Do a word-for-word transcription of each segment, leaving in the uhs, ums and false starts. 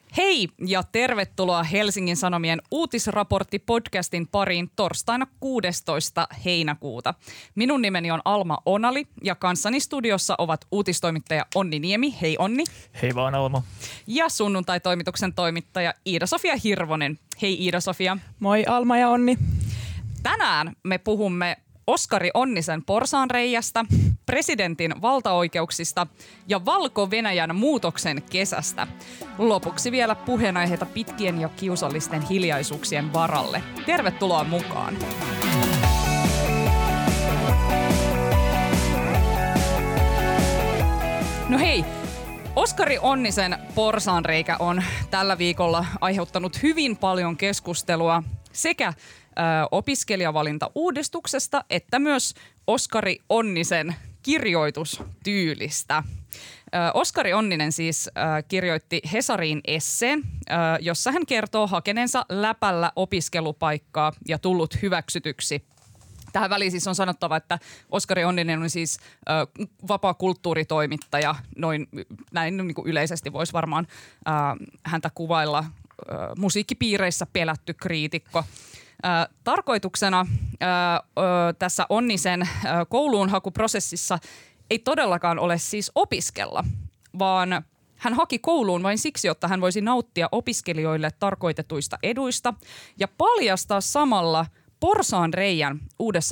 Hei ja tervetuloa Helsingin Sanomien uutisraportti-podcastin pariin torstaina kuudestoista heinäkuuta. Minun nimeni on Alma Onali ja kanssani studiossa ovat uutistoimittaja Onni Niemi. Hei Onni. Hei vaan Alma. Ja sunnuntai-toimituksen toimittaja Iida-Sofia Hirvonen. Hei Iida-Sofia. Moi Alma ja Onni. Tänään me puhumme Oskari Onnisen porsaanreiästä, presidentin valtaoikeuksista ja Valko-Venäjän muutoksen kesästä. Lopuksi vielä puheenaiheita pitkien ja kiusallisten hiljaisuuksien varalle. Tervetuloa mukaan! No hei! Oskari Onnisen porsaanreikä on tällä viikolla aiheuttanut hyvin paljon keskustelua sekä opiskelijavalinta-uudistuksesta, että myös Oskari Onnisen kirjoitustyylistä. Oskari Onninen siis kirjoitti Hesariin esseen, jossa hän kertoo hakeneensa läpällä opiskelupaikkaa ja tullut hyväksytyksi. Tähän väliin siis on sanottava, että Oskari Onninen on siis äh, vapaa kulttuuritoimittaja, noin näin niin kuin yleisesti voisi varmaan äh, häntä kuvailla, äh, musiikkipiireissä pelätty kriitikko. Äh, tarkoituksena äh, äh, tässä Onnisen äh, kouluunhakuprosessissa ei todellakaan ole siis opiskella, vaan hän haki kouluun vain siksi, jotta hän voisi nauttia opiskelijoille tarkoitetuista eduista ja paljastaa samalla porsaanreiän uudessa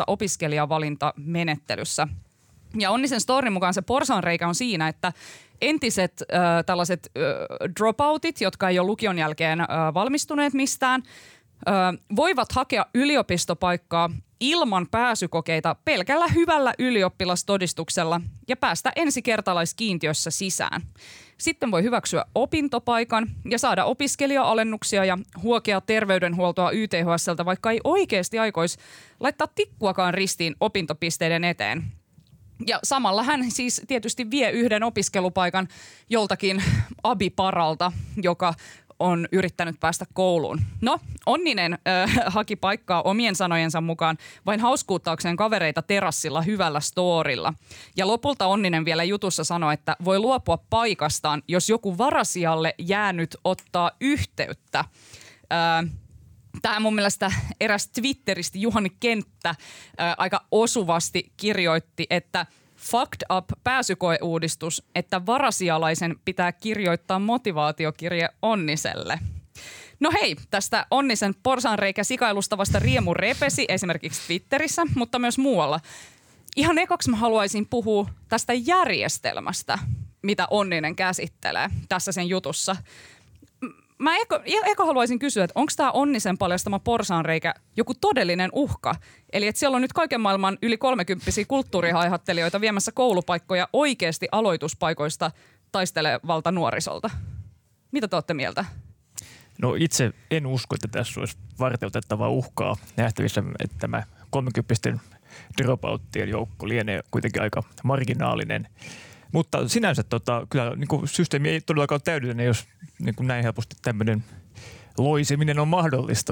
opiskelijavalintamenettelyssä. Ja Onnisen storin mukaan se porsaanreikä on siinä, että entiset äh, tällaiset äh, dropoutit, jotka ei ole lukion jälkeen äh, valmistuneet mistään, äh, voivat hakea yliopistopaikkaa ilman pääsykokeita pelkällä hyvällä ylioppilastodistuksella ja päästä ensikertalaiskiintiössä sisään. Sitten voi hyväksyä opintopaikan ja saada opiskelija-alennuksia ja huokea terveydenhuoltoa Y T H S:ltä, vaikka ei oikeasti aikoisi laittaa tikkuakaan ristiin opintopisteiden eteen. Ja samalla hän siis tietysti vie yhden opiskelupaikan joltakin abiparalta, joka on yrittänyt päästä kouluun. No, Onninen äh, haki paikkaa omien sanojensa mukaan vain hauskuuttaakseen kavereita terassilla hyvällä storilla. Ja lopulta Onninen vielä jutussa sanoi, että voi luopua paikastaan, jos joku varasijalle jäänyt ottaa yhteyttä. Äh, Tähän mun mielestä eräs Twitteristä Juhani Kenttä äh, aika osuvasti kirjoitti, että fucked up pääsykoeuudistus, että varasijalaisen pitää kirjoittaa motivaatiokirje Onniselle. No hei, tästä Onnisen porsaanreikä sikailusta vasta riemu repesi esimerkiksi Twitterissä, mutta myös muualla. Ihan ekaksi mä haluaisin puhua tästä järjestelmästä, mitä Onninen käsittelee tässä sen jutussa. Mä eka, eka haluaisin kysyä, että onko tämä Onnisen paljastama porsaanreikä joku todellinen uhka? Eli että siellä on nyt kaiken maailman yli kolmekymppisiä kulttuurihaihattelijoita viemässä koulupaikkoja oikeasti aloituspaikoista taistelevalta nuorisolta. Mitä te olette mieltä? No itse en usko, että tässä olisi varteutettavaa uhkaa nähtävissä, että tämä kolmekymppisten dropouttien joukko lienee kuitenkin aika marginaalinen. Mutta sinänsä tota, kyllä niin kuin systeemi ei todellakaan ole täydellinen, jos niin kuin näin helposti tämmöinen loiseminen on mahdollista.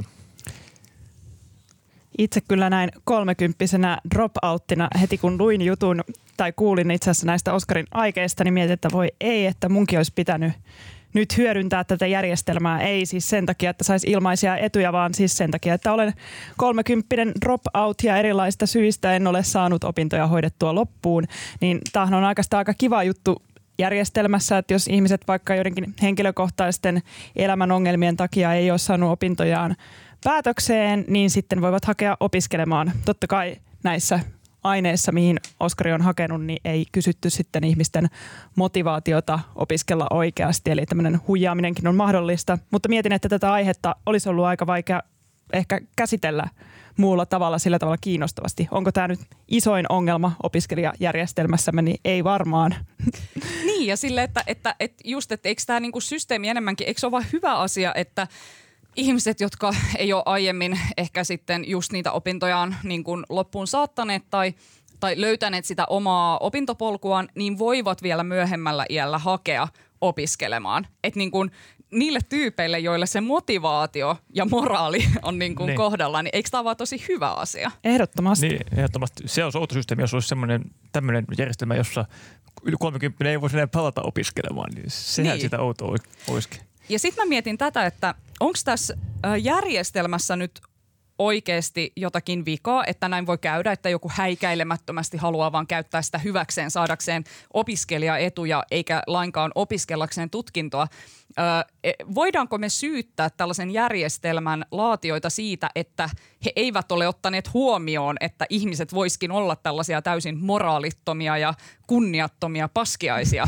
Itse kyllä näin kolmekymppisenä dropouttina heti kun luin jutun tai kuulin itse asiassa näistä Oskarin aikeista, niin mietin, että voi ei, että munkin olisi pitänyt nyt hyödyntää tätä järjestelmää. Ei siis sen takia, että saisi ilmaisia etuja, vaan siis sen takia, että olen kolmekymppinen dropout ja erilaisista syistä en ole saanut opintoja hoidettua loppuun. Niin tämähän on oikeastaan aika kiva juttu järjestelmässä, että jos ihmiset vaikka joidenkin henkilökohtaisten elämän ongelmien takia ei ole saanut opintojaan päätökseen, niin sitten voivat hakea opiskelemaan. Totta kai näissä aineissa, mihin Oskari on hakenut, niin ei kysytty sitten ihmisten motivaatiota opiskella oikeasti. Eli tämmöinen huijaaminenkin on mahdollista. Mutta mietin, että tätä aihetta olisi ollut aika vaikea ehkä käsitellä muulla tavalla, sillä tavalla kiinnostavasti. Onko tämä nyt isoin ongelma opiskelijajärjestelmässämme, niin ei varmaan. Niin ja sille, että, että, että just, että eikö tämä niinku systeemi enemmänkin, eikö se ole vaan hyvä asia, että ihmiset, jotka ei ole aiemmin ehkä sitten just niitä opintojaan niin kuin loppuun saattaneet tai, tai löytäneet sitä omaa opintopolkuaan, niin voivat vielä myöhemmällä iällä hakea opiskelemaan. Että niin kuin niille tyypeille, joille se motivaatio ja moraali on niin kuin niin kohdalla, niin eikö tämä vaan tosi hyvä asia? Ehdottomasti. Niin, ehdottomasti. Se olisi outo systeemi, jos olisi semmoinen tämmöinen järjestelmä, jossa yli kolmekymmentä ei voisi enää palata opiskelemaan. Niin sehän niin sitä outoa olisikin. ja sitten mä mietin tätä, että onko tässä järjestelmässä nyt oikeasti jotakin vikaa, että näin voi käydä, että joku häikäilemättömästi haluaa vaan käyttää sitä hyväkseen saadakseen opiskelijaetuja eikä lainkaan opiskellakseen tutkintoa. Öö, voidaanko me syyttää tällaisen järjestelmän laatioita siitä, että he eivät ole ottaneet huomioon, että ihmiset voisikin olla tällaisia täysin moraalittomia ja kunniattomia paskiaisia?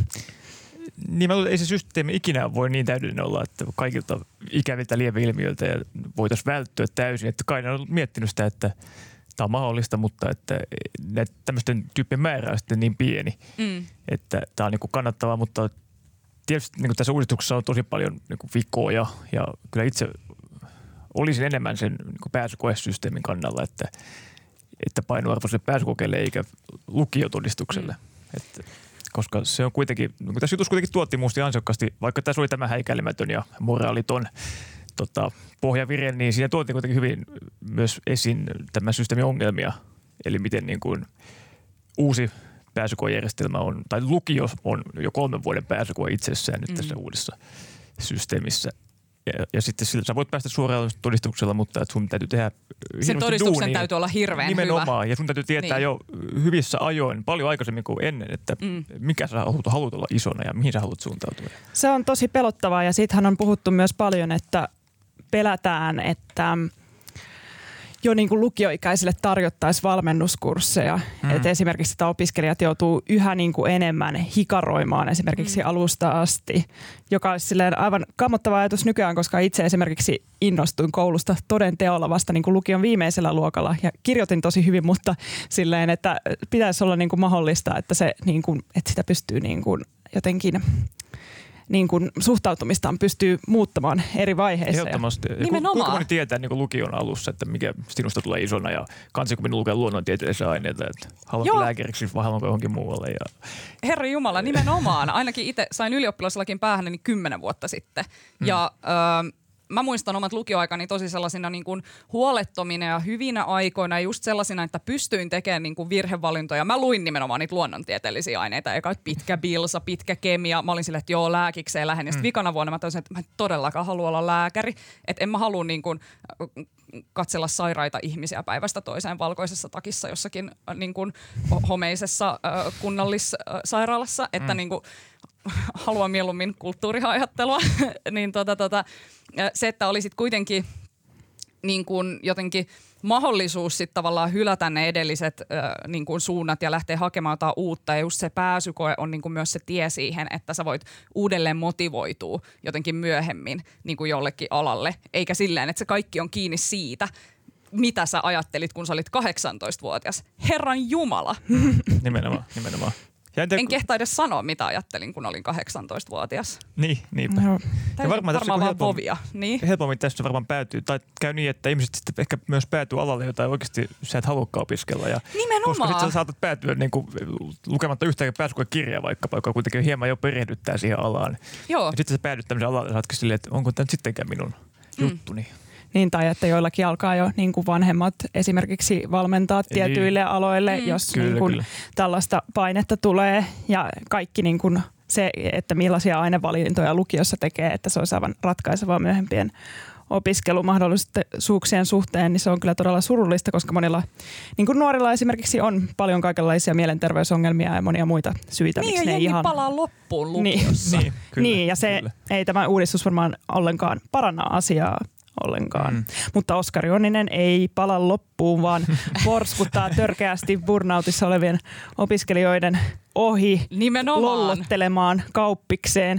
Niin mä luulen, ei se systeemi ikinä voi niin täydellinen olla, että kaikilta ikäviltä lieveilmiöiltä ja voitaisiin välttyä täysin. Että kai ne on miettinyt sitä, että tämä on mahdollista, mutta että tämmöisten tyyppien määrä on sitten niin pieni, mm. että tämä on niin kuin kannattavaa, mutta tietysti niin kuin tässä uudistuksessa on tosi paljon niin kuin vikoja ja kyllä itse olisin enemmän sen niin kuin pääsykoesysteemin kannalla, että, että painoarvoiselle pääsykokeelle eikä lukiotodistukselle. Mm. Että koska se on kuitenkin, kun tässä jutussa kuitenkin tuotti muusta ansiokkaasti, vaikka tässä oli tämä häikäilemätön ja moraaliton tota, pohjavire, niin siinä tuotiin kuitenkin hyvin myös esiin tämän systeemin ongelmia. Eli miten niin kuin uusi pääsykoejärjestelmä on, tai lukio on jo kolmen vuoden pääsykoe itsessään nyt tässä mm. uudessa systeemissä. Ja, ja sitten sillä sä voit päästä suoraan todistuksella, mutta että sun täytyy tehdä sen todistuksen duunia. Täytyy olla hirveän Nimenomaan. hyvä. Ja sun täytyy tietää niin. jo hyvissä ajoin, paljon aikaisemmin kuin ennen, että mm. mikä sä haluat, haluat olla isona ja mihin sä haluat suuntautua. Se on tosi pelottavaa ja siitähän on puhuttu myös paljon, että pelätään, että jo niin kuin lukioikäisille tarjottaisiin valmennuskursseja. Mm. Että esimerkiksi että opiskelijat joutuu yhä niin kuin enemmän hikaroimaan esimerkiksi mm. alusta asti, joka olisi silleen aivan kammottava ajatus nykyään, koska itse esimerkiksi innostuin koulusta toden teolla vasta niin kuin lukion viimeisellä luokalla ja kirjoitin tosi hyvin, mutta silleen, että pitäisi olla niin kuin mahdollista, että, se, niin kuin, että sitä pystyy niin kuin jotenkin niin kuin suhtautumistaan pystyy muuttamaan eri vaiheissa. Ehdottomasti. Ja ku, kuinka moni tietää niin kuin lukion alussa, että mikä sinusta tulee isona ja kansi kun minun lukee luonnontieteellisiä aineita, että haluanko lääkäriksi vai haluanko johonkin muualle. Ja... Herra Jumala, nimenomaan. Ainakin itse sain ylioppilaslakin päähän niin kymmenen vuotta sitten. Hmm. Ja öö, mä muistan omat lukioaikani tosi sellaisina niin kuin huolettomina ja hyvinä aikoina, just sellaisina, että pystyin tekemään niin kuin virhevalintoja. Mä luin nimenomaan niitä luonnontieteellisiä aineita, eikä pitkä bilsa, pitkä kemia. Mä olin silleen, että joo, lääkikseen lähden. Ja sitten mm. vikana vuonna mä toisin, että mä en todellakaan halua olla lääkäri. Että en mä halua niin kuin katsella sairaita ihmisiä päivästä toiseen valkoisessa takissa jossakin niin kuin homeisessa äh, kunnallissairaalassa. Että mm. niin kuin haluan mieluummin kulttuuriajattelua, niin tota, tota, se, että olisit kuitenkin niin kuin jotenkin mahdollisuus sitten tavallaan hylätä ne edelliset äh, niin kuin suunnat ja lähteä hakemaan jotain uutta. Ja just se pääsykoe on niin kuin myös se tie siihen, että sä voit uudelleen motivoitua jotenkin myöhemmin niin kuin jollekin alalle. Eikä silleen, että se kaikki on kiinni siitä, mitä sä ajattelit, kun sä olit kahdeksantoistavuotias. Herran Jumala! Nimenomaan, nimenomaan. En, en kehtaa edes sanoa, mitä ajattelin, kun olin kahdeksantoistavuotias. Niin, niinpä. No, ja varmaan, varmaan vaan povia. Niin. Helpommin tästä varmaan päätyy, tai käy niin, että ihmiset sitten ehkä myös päätyy alalle, jota oikeasti sä et haluakaan opiskella. Ja nimenomaan. Koska sitten sä saatat päätyä niin kuin, lukematta yhtään pääsykoekirjaa vaikkapa, joka kuitenkin hieman jo perehdyttää siihen alaan. Joo. Ja sitten sä päädyt tämmöisen alalle ja saatkin silleen, että onko tämä nyt sittenkään minun mm. juttuni. Niin, tai että joillakin alkaa jo niin kuin vanhemmat esimerkiksi valmentaa tietyille niin. aloille, mm. jos kyllä, niin kuin tällaista painetta tulee ja kaikki niin kuin se, että millaisia ainevalintoja lukiossa tekee, että se olisi aivan ratkaisevaa myöhempien opiskelumahdollisuuksien suhteen, niin se on kyllä todella surullista, koska monilla niin kuin nuorilla esimerkiksi on paljon kaikenlaisia mielenterveysongelmia ja monia muita syitä, niin, miksi ne ei ihan... palaa loppuun lukiossa. Niin, niin, kyllä, niin ja se kyllä. ei tämä uudistus varmaan ollenkaan paranna asiaa ollenkaan. Mm. Mutta Oskari Onninen ei pala loppuun, vaan porskuttaa törkeästi burnoutissa olevien opiskelijoiden ohi nimenomaan lollottelemaan kauppikseen.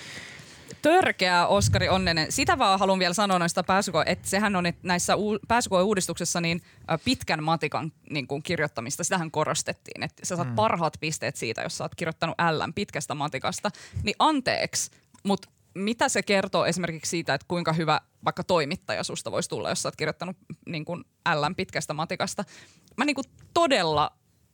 Törkeä Oskari Onninen. Sitä vaan haluan vielä sanoa noista pääsykoe, että sehän on että näissä u- pääsykoe-uudistuksessa niin pitkän matikan niin kuin kirjoittamista, sitähän korostettiin, että sä saat mm. parhaat pisteet siitä, jos sä oot kirjoittanut L:n pitkästä matikasta. Niin anteeksi, mutta mitä se kertoo esimerkiksi siitä, että kuinka hyvä vaikka toimittaja susta voisi tulla, jos sä oot kirjoittanut niin kuin L:n pitkästä matikasta? Mä niin kuin todella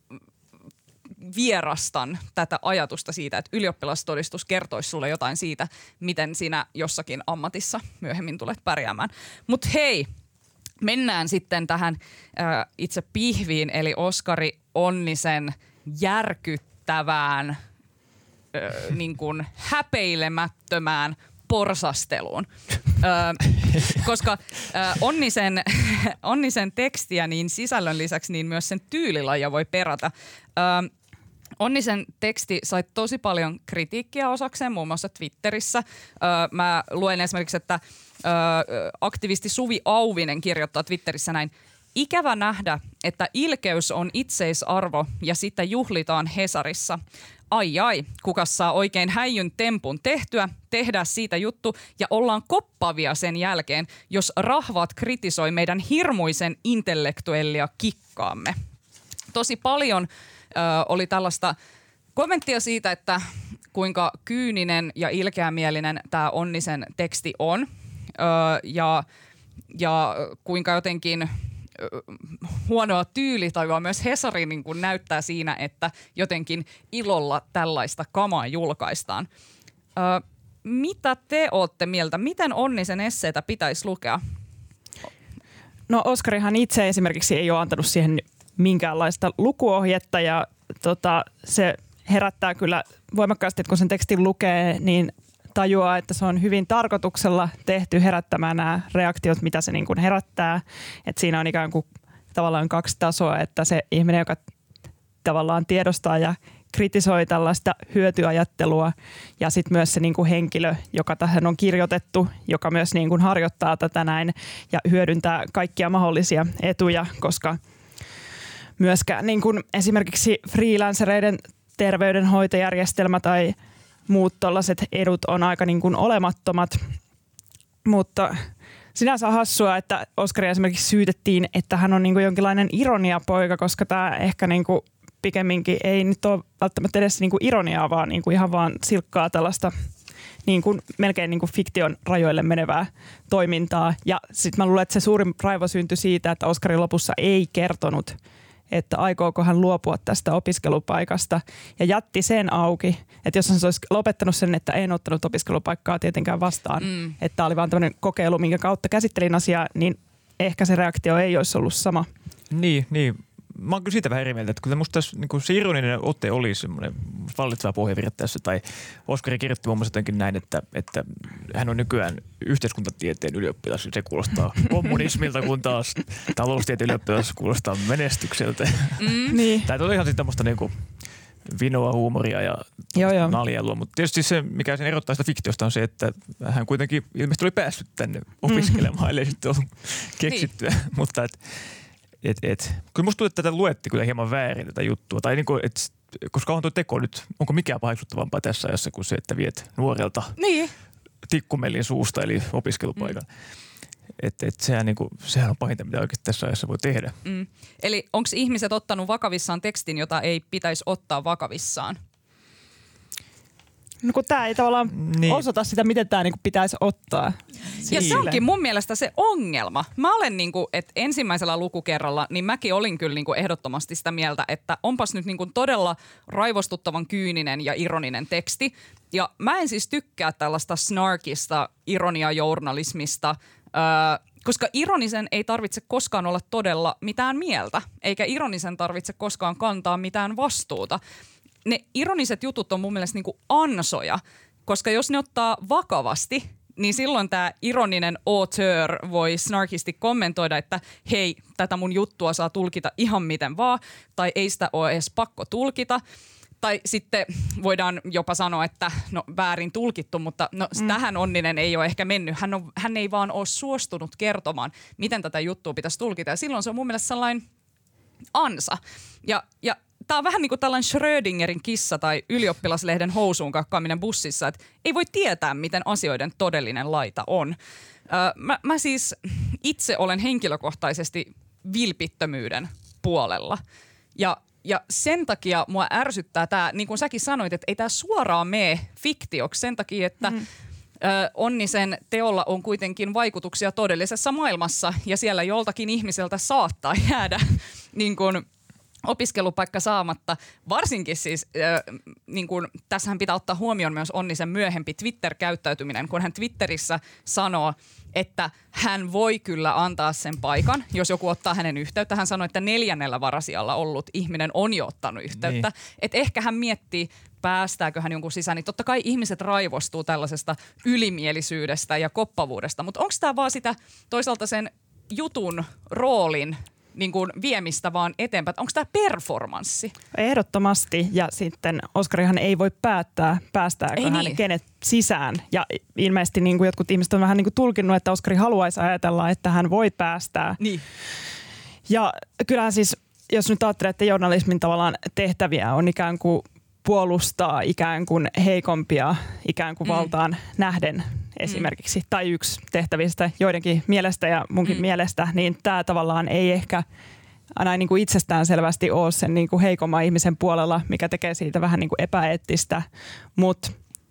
vierastan tätä ajatusta siitä, että ylioppilastodistus kertoisi sulle jotain siitä, miten sinä jossakin ammatissa myöhemmin tulet pärjäämään. Mutta hei, mennään sitten tähän äh, itse pihviin, eli Oskari Onnisen järkyttävään, äh, niin kuin häpeilemättömään porsasteluun. Ö, koska ö, Onnisen, Onnisen tekstiä niin sisällön lisäksi niin myös sen tyylilajia voi perata. Ö, Onnisen teksti sai tosi paljon kritiikkiä osakseen, muun muassa Twitterissä. Öö, mä luen esimerkiksi, että öö, aktivisti Suvi Auvinen kirjoittaa Twitterissä näin. Ikävä nähdä, että ilkeys on itseisarvo ja sitä juhlitaan Hesarissa. Ai ai, kukas saa oikein häijyn tempun tehtyä, tehdään siitä juttu ja ollaan koppavia sen jälkeen, jos rahvaat kritisoi meidän hirmuisen intellektuellia kikkaamme. Tosi paljon Ö, oli tällaista kommenttia siitä, että kuinka kyyninen ja ilkeämielinen tämä Onnisen teksti on ö, ja, ja kuinka jotenkin ö, huonoa tyylitajua myös Hesari niin kun näyttää siinä, että jotenkin ilolla tällaista kamaa julkaistaan. Ö, mitä te ootte mieltä? Miten Onnisen esseitä pitäisi lukea? No Oskarihan itse esimerkiksi ei ole antanut siihen minkäänlaista lukuohjetta ja tota, se herättää kyllä voimakkaasti, että kun sen tekstin lukee, niin tajuaa, että se on hyvin tarkoituksella tehty herättämään nämä reaktiot, mitä se niin kuin herättää. Että siinä on ikään kuin tavallaan kaksi tasoa, että se ihminen, joka tavallaan tiedostaa ja kritisoi tällaista hyötyajattelua ja sitten myös se niin kuin henkilö, joka tähän on kirjoitettu, joka myös niin kuin harjoittaa tätä näin ja hyödyntää kaikkia mahdollisia etuja, koska myöskään niin kuin esimerkiksi freelancereiden terveydenhoitojärjestelmä tai muut tällaiset edut on aika niin kuin olemattomat, mutta sinänsä on hassua, että Oskaria esimerkiksi syytettiin, että hän on niin kuin jonkinlainen ironiapoika, koska tämä ehkä niin kuin pikemminkin ei nyt ole välttämättä edes niin kuin ironiaa, vaan niin kuin ihan vaan silkkaa tällaista niin kuin melkein niin kuin fiktion rajoille menevää toimintaa. Ja sitten mä luulen, että se suurin raivo syntyi siitä, että Oskarin lopussa ei kertonut, että aikooko hän luopua tästä opiskelupaikasta ja jätti sen auki, että jos hän olisi lopettanut sen, että en ottanut opiskelupaikkaa tietenkään vastaan, mm. että oli vaan tämmöinen kokeilu, minkä kautta käsittelin asiaa, niin ehkä se reaktio ei olisi ollut sama. Niin, niin. Mä oon kyllä siitä vähän eri mieltä, että kyllä musta tässä niin se ironinen ote oli semmoinen vallitseva pohjavirta tässä, tai Oskari kirjoitti muun muassa jotenkin näin, että, että hän on nykyään yhteiskuntatieteen ylioppilas, se kuulostaa kommunismilta, kun taas taloustieteen ylioppilas kuulostaa menestykseltä. Mm. Niin. Tämä oli ihan sitten tämmöistä niin kuin vinoa, huumoria ja naljailua, mutta tietysti se, mikä sen erottaa sitä fiktiosta on se, että hän kuitenkin ilmeisesti oli päässyt tänne opiskelemaan, mm. ellei sitten ollut keksittyä, niin. mutta et, Et, et. Kyllä musta tuntuu, että tätä luetti kyllä hieman väärin tätä juttua. Tai niin kuin, et, koska on tuo teko nyt, onko mikään paheksuttavampaa tässä ajassa kuin se, että viet nuorelta niin. tikkumellin suusta, eli opiskelupaikan. Mm. Et, et sehän, niin kuin, sehän on pahinta, mitä oikeasti tässä ajassa voi tehdä. Mm. Eli onko ihmiset ottanut vakavissaan tekstin, jota ei pitäisi ottaa vakavissaan? No kun tämä ei tavallaan niin. osoita sitä, miten tämä niinku pitäisi ottaa. Ja se onkin mun mielestä se ongelma. Mä olen niinku, että ensimmäisellä lukukerralla, niin mäkin olin kyllä niinku ehdottomasti sitä mieltä, että onpas nyt niinku todella raivostuttavan kyyninen ja ironinen teksti. Ja mä en siis tykkää tällaista snarkista ironiajournalismista, öö, koska ironisen ei tarvitse koskaan olla todella mitään mieltä, eikä ironisen tarvitse koskaan kantaa mitään vastuuta. Ne ironiset jutut on mun mielestä niinku ansoja, koska jos ne ottaa vakavasti, niin silloin tämä ironinen auteur voi snarkisti kommentoida, että hei, tätä mun juttua saa tulkita ihan miten vaan, tai ei sitä ole edes pakko tulkita. Tai sitten voidaan jopa sanoa, että no väärin tulkittu, mutta no mm. tähän Onninen ei ole ehkä mennyt. Hän, on, hän ei vaan ole suostunut kertomaan, miten tätä juttua pitäisi tulkita. Ja silloin se on mun mielestä sellainen ansa. Ja, ja tämä on vähän niin kuin tällainen Schrödingerin kissa tai ylioppilaslehden housuun kakkaaminen bussissa, että ei voi tietää, miten asioiden todellinen laita on. Öö, mä, mä siis itse olen henkilökohtaisesti vilpittömyyden puolella. Ja, ja sen takia mua ärsyttää tämä, niin kuin säkin sanoit, että ei tämä suoraan mene fiktioksi sen takia, että mm. Ö, Onnisen teolla on kuitenkin vaikutuksia todellisessa maailmassa ja siellä joltakin ihmiseltä saattaa jäädä niin kuin opiskelupaikka saamatta. Varsinkin siis, äh, niin kun, tässähän pitää ottaa huomioon myös Onnisen myöhempi Twitter-käyttäytyminen, kun hän Twitterissä sanoo, että hän voi kyllä antaa sen paikan, jos joku ottaa hänen yhteyttä. Hän sanoi, että neljännellä varasijalla ollut ihminen on jo ottanut yhteyttä. Niin. Että ehkä hän miettii, päästääkö hän jonkun sisään. Niin totta kai ihmiset raivostuu tällaisesta ylimielisyydestä ja koppavuudesta, mutta onko tämä vaan sitä toisaalta sen jutun roolin niin kuin viemistä vaan eteenpäin? Onko tämä performanssi? Ehdottomasti. Ja sitten Oskarihan ei voi päättää, päästääkö ei hän niin. kenet sisään. Ja ilmeisesti niin kuin jotkut ihmiset on vähän niin kuin tulkinnut, että Oskari haluaisi ajatella, että hän voi päästää. Niin. Ja kyllähän siis, jos nyt ajattelee, että journalismin tavallaan tehtäviä on ikään kuin puolustaa ikään kuin heikompia ikään kuin mm. valtaan nähden esimerkiksi, mm. tai yksi tehtävistä joidenkin mielestä ja munkin mm. mielestä, niin tämä tavallaan ei ehkä aina niin kuin itsestään selvästi ole sen niin kuin heikomman ihmisen puolella, mikä tekee siitä vähän niin kuin epäeettistä, mutta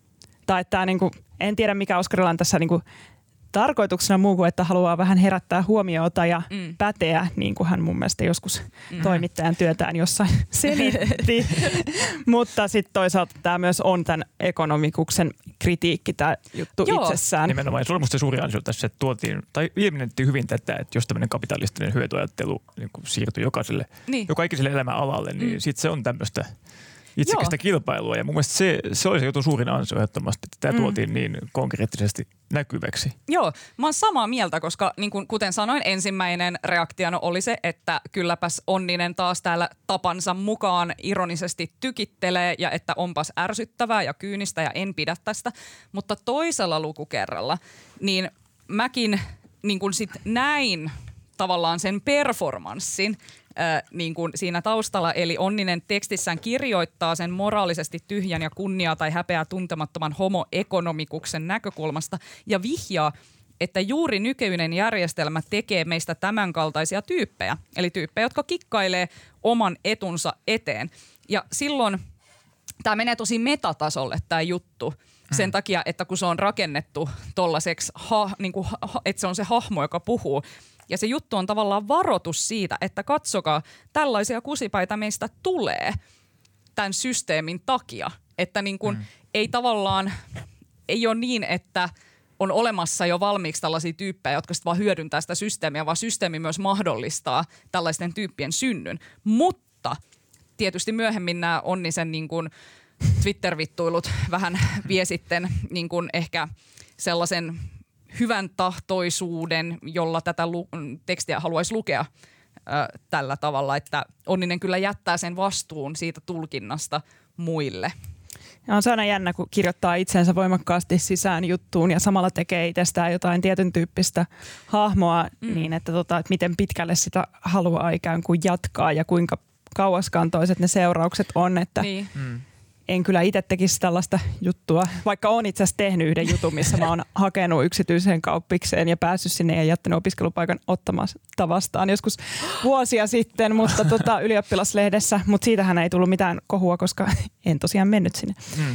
tai tämä niin kuin, en tiedä mikä Oskarilla on tässä niin kuin tarkoituksena muu kuin, että haluaa vähän herättää huomiota ja mm. päteä, niin kuin hän mun mielestä joskus mm. toimittajan työtään jossain selitti. Mutta sitten toisaalta tämä myös on tämän ekonomikuksen kritiikki, tämä juttu Joo. itsessään. Nimenomaan. Se oli musta suuri ansio tässä, että tuotiin, tai ilmennettiin hyvin tätä, että jos tämmöinen kapitalistinen hyötyajattelu niin siirtyi jokaiselle, niin. joka ikiselle elämän alalle, niin mm. sitten se on tämmöistä itsekästä kilpailua. Ja mun mielestä se, se oli se jutun suurin ansio ehdottomasti, että tämä mm. tuotiin niin konkreettisesti näkyväksi. Joo, mä oon samaa mieltä, koska niin kun, kuten sanoin, ensimmäinen reaktiona oli se, että kylläpäs Onninen taas täällä tapansa mukaan ironisesti tykittelee ja että onpas ärsyttävää ja kyynistä ja en pidä tästä. Mutta toisella lukukerralla, niin mäkin niin kun sit näin tavallaan sen performanssin, Äh, niin kuin siinä taustalla, eli Onninen tekstissään kirjoittaa sen moraalisesti tyhjän ja kunniaa tai häpeää tuntemattoman homoekonomikuksen näkökulmasta ja vihjaa, että juuri nykyinen järjestelmä tekee meistä tämänkaltaisia tyyppejä, eli tyyppejä, jotka kikkailee oman etunsa eteen. Ja silloin tämä menee tosi metatasolle tämä juttu sen mm. takia, että kun se on rakennettu tollaiseksi, ha, niin kuin, ha, että se on se hahmo, joka puhuu. Ja se juttu on tavallaan varoitus siitä, että katsokaa, tällaisia kusipäitä meistä tulee tämän systeemin takia. Että niin kuin mm. ei tavallaan, ei ole niin, että on olemassa jo valmiiksi tällaisia tyyppejä, jotka sitten vaan hyödyntää sitä systeemiä, vaan systeemi myös mahdollistaa tällaisten tyyppien synnyn. Mutta tietysti myöhemmin nämä Onnisen niin kuin Twitter-vittuilut vähän vie sitten niin kuin ehkä sellaisen hyvän tahtoisuuden, jolla tätä lu- tekstiä haluaisi lukea ö, tällä tavalla, että Onninen kyllä jättää sen vastuun siitä tulkinnasta muille. Ja on se aina jännä, kun kirjoittaa itsensä voimakkaasti sisään juttuun ja samalla tekee itsestään jotain tietyn tyyppistä hahmoa, mm. niin että, tota, että miten pitkälle sitä haluaa ikään kuin jatkaa ja kuinka kauaskantoiset ne seuraukset on, että niin. mm. en kyllä itse tekisi tällaista juttua, vaikka olen itse asiassa tehnyt yhden jutun, missä mä oon hakenut yksityiseen kauppikseen ja päässyt sinne ja jättänyt opiskelupaikan ottamasta vastaan joskus vuosia sitten, mutta tota, ylioppilaslehdessä, mutta siitähän ei tullut mitään kohua, koska en tosiaan mennyt sinne. Hmm.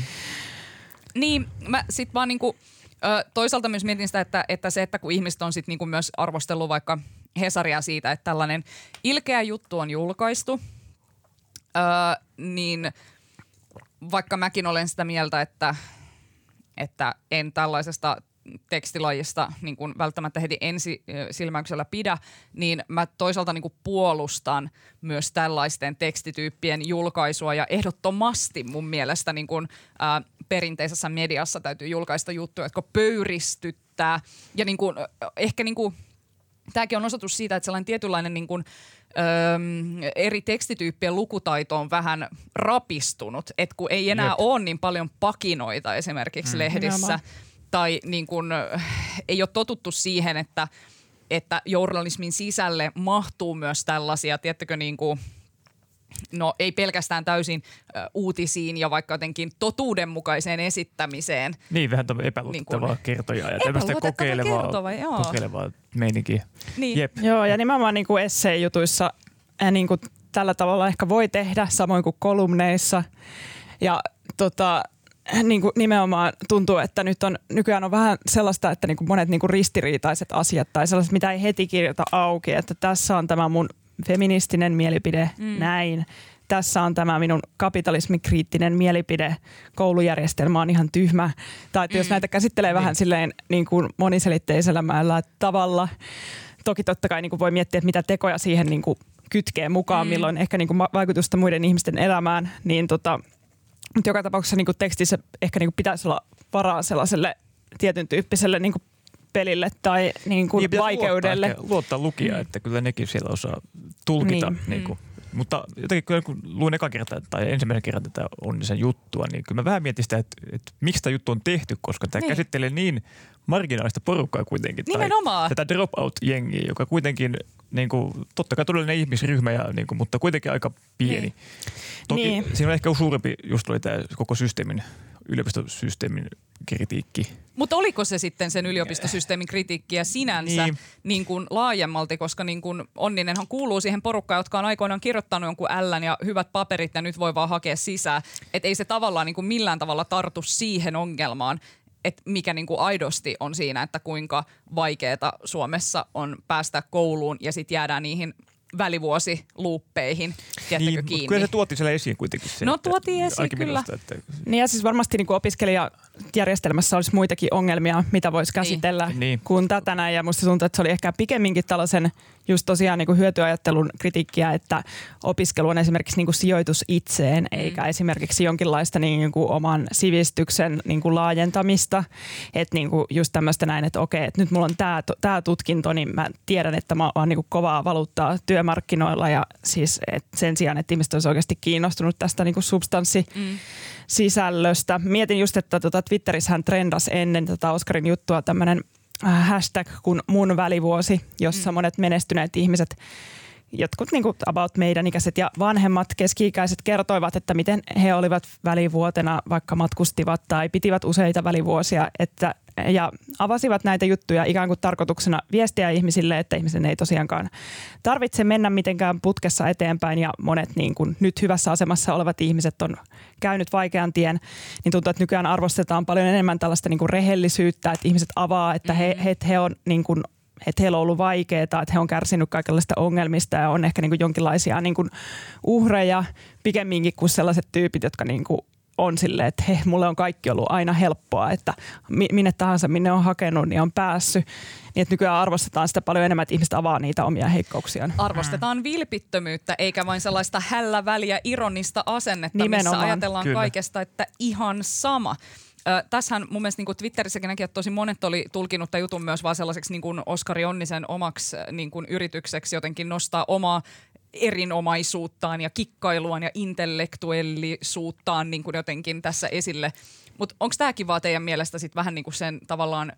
Niin, mä sit vaan niinku, ö, toisaalta myös mietin sitä, että, että se, että kun ihmiset on sit niinku myös arvostellut vaikka Hesaria siitä, että tällainen ilkeä juttu on julkaistu, ö, niin vaikka mäkin olen sitä mieltä, että, että en tällaisesta tekstilajista niin kuin välttämättä heti ensi silmäyksellä pidä, niin mä toisaalta niin kuin puolustan myös tällaisten tekstityyppien julkaisua ja ehdottomasti mun mielestä niin kuin, ää, perinteisessä mediassa täytyy julkaista juttuja, jotka pöyristyttää ja niin kuin, ehkä niin kuin, tämäkin on osoitus siitä, että sellainen tietynlainen niin kuin, Öö, eri tekstityyppien lukutaito on vähän rapistunut, että kun ei enää Jep. ole niin paljon pakinoita esimerkiksi mm. lehdissä Nämä. tai niin kun, ei ole totuttu siihen, että, että journalismin sisälle mahtuu myös tällaisia, tiedättekö niin kuin, no ei pelkästään täysin ö, uutisiin ja vaikka jotenkin totuudenmukaiseen esittämiseen. Niin, vähän epäluotettavaa niin kertojaa ja tämmöistä kokeilevaa, kokeilevaa meininkiä. Niin. Jep. Joo, ja nimenomaan niin kuin essee-jutuissa niin kuin tällä tavalla ehkä voi tehdä, samoin kuin kolumneissa. Ja tota, niin kuin nimenomaan tuntuu, että nyt on, nykyään on vähän sellaista, että niin kuin monet niin kuin ristiriitaiset asiat tai sellaiset, mitä ei heti kirjoita auki, että tässä on tämä mun feministinen mielipide, mm. näin. Tässä on tämä minun kapitalismikriittinen mielipide, koulujärjestelmä on ihan tyhmä. Tai että jos mm. näitä käsittelee vähän niin. silleen niin kuin moniselitteisellä tavalla, toki totta kai niin kuin voi miettiä, että mitä tekoja siihen niin kuin kytkee mukaan, mm. milloin ehkä niin kuin vaikutusta muiden ihmisten elämään, niin tota, mutta joka tapauksessa niin kuin tekstissä ehkä niin kuin pitäisi olla varaa sellaiselle tietyn tyyppiselle niin kuin pelille tai niin kuin niin, vaikeudelle. Luottaa, luottaa lukijaa, että kyllä nekin siellä osaa tulkita. Niin. Niin kuin. Mutta jotenkin kyllä kun luin eka kertaa tai ensimmäisen kerran tätä Onnisen juttua, niin kyllä mä vähän mietin sitä, että, että miksi tämä juttu on tehty, koska tämä niin. käsittelee niin marginaalista porukkaa kuitenkin. Nimenomaan. Tai tätä dropout-jengiä, joka kuitenkin niin kuin, totta kai todellinen ihmisryhmä, ja, niin kuin, mutta kuitenkin aika pieni. Niin. Toki niin. siinä on ehkä suurempi just oli tämä koko systeemin, yliopistosysteemin kritiikki. Mutta oliko se sitten sen yliopistosysteemin kritiikkiä sinänsä niin. Niin kuin laajemmalti, koska niin kuin Onninenhan kuuluu siihen porukkaan, jotka on aikoinaan kirjoittanut jonkun ällän ja hyvät paperit ja nyt voi vaan hakea sisään. Että ei se tavallaan niin kuin millään tavalla tartu siihen ongelmaan, että mikä niin kuin aidosti on siinä, että kuinka vaikeaa Suomessa on päästä kouluun ja sitten jäädään niihin välivuosiluuppeihin, tiedättekö, niin, kiinni. Kyllä se tuotti siellä esiin kuitenkin. Se, no tuotiin esiin, kyllä. Minusta, että... Niin ja siis varmasti niin kuin opiskelijajärjestelmässä olisi muitakin ongelmia, mitä voisi käsitellä niin. kuin tätä näin. Ja musta tuntuu, että se oli ehkä pikemminkin tällaisen just tosiaan niin kuin hyötyajattelun kritiikkiä, että opiskelu on esimerkiksi niin kuin sijoitus itseen, mm. eikä esimerkiksi jonkinlaista niin kuin oman sivistyksen niin kuin laajentamista. Että niin kuin just tämmöistä näin, että okei, että nyt mulla on tämä, tämä tutkinto, niin mä tiedän, että mä oon niin kuin kovaa valuuttaa työmarkkinoilla ja siis että sen sijaan, että ihmiset olisi oikeasti kiinnostunut tästä niin kuin substanssisisällöstä. Mm. Mietin just, että tuota Twitterissähän trendasi ennen tätä Oskarin juttua tämmöinen hashtag kuin mun välivuosi, jossa mm. monet menestyneet ihmiset, jotkut niin kuin about meidän ikäiset ja vanhemmat keski-ikäiset kertoivat, että miten he olivat välivuotena, vaikka matkustivat tai pitivät useita välivuosia, että ja avasivat näitä juttuja ikään kuin tarkoituksena viestiä ihmisille, että ihmisen ei tosiaankaan tarvitse mennä mitenkään putkessa eteenpäin ja monet niin kuin nyt hyvässä asemassa olevat ihmiset on käynyt vaikean tien, niin tuntuu, että nykyään arvostetaan paljon enemmän tällaista niin kuin rehellisyyttä, että ihmiset avaa, että he, he, he on niin kuin että heillä on ollut vaikeaa, että he on kärsinyt kaikenlaista ongelmista ja on ehkä niin kuin jonkinlaisia niin kuin uhreja pikemminkin kuin sellaiset tyypit, jotka niin kuin on silleen, että hei, mulle on kaikki ollut aina helppoa, että minne tahansa, minne on hakenut, niin on päässyt. Niin, että nykyään arvostetaan sitä paljon enemmän, että ihmiset avaa niitä omia heikkouksiaan. Arvostetaan vilpittömyyttä, eikä vain sellaista hällä väliä ironista asennetta, nimenomaan. Missä ajatellaan Kyllä. kaikesta, että ihan sama. Ö, tässähän mun mielestä niin kuin Twitterissäkin näki, että tosi monet oli tulkinut tämän jutun myös vaan sellaiseksi niin kuin Oskari Onnisen omaksi niin kuin yritykseksi jotenkin nostaa omaa erinomaisuuttaan ja kikkailuaan ja intellektuellisuuttaan niin kuin jotenkin tässä esille. Mutta onko tämäkin vaan teidän mielestä sit vähän niin kuin sen tavallaan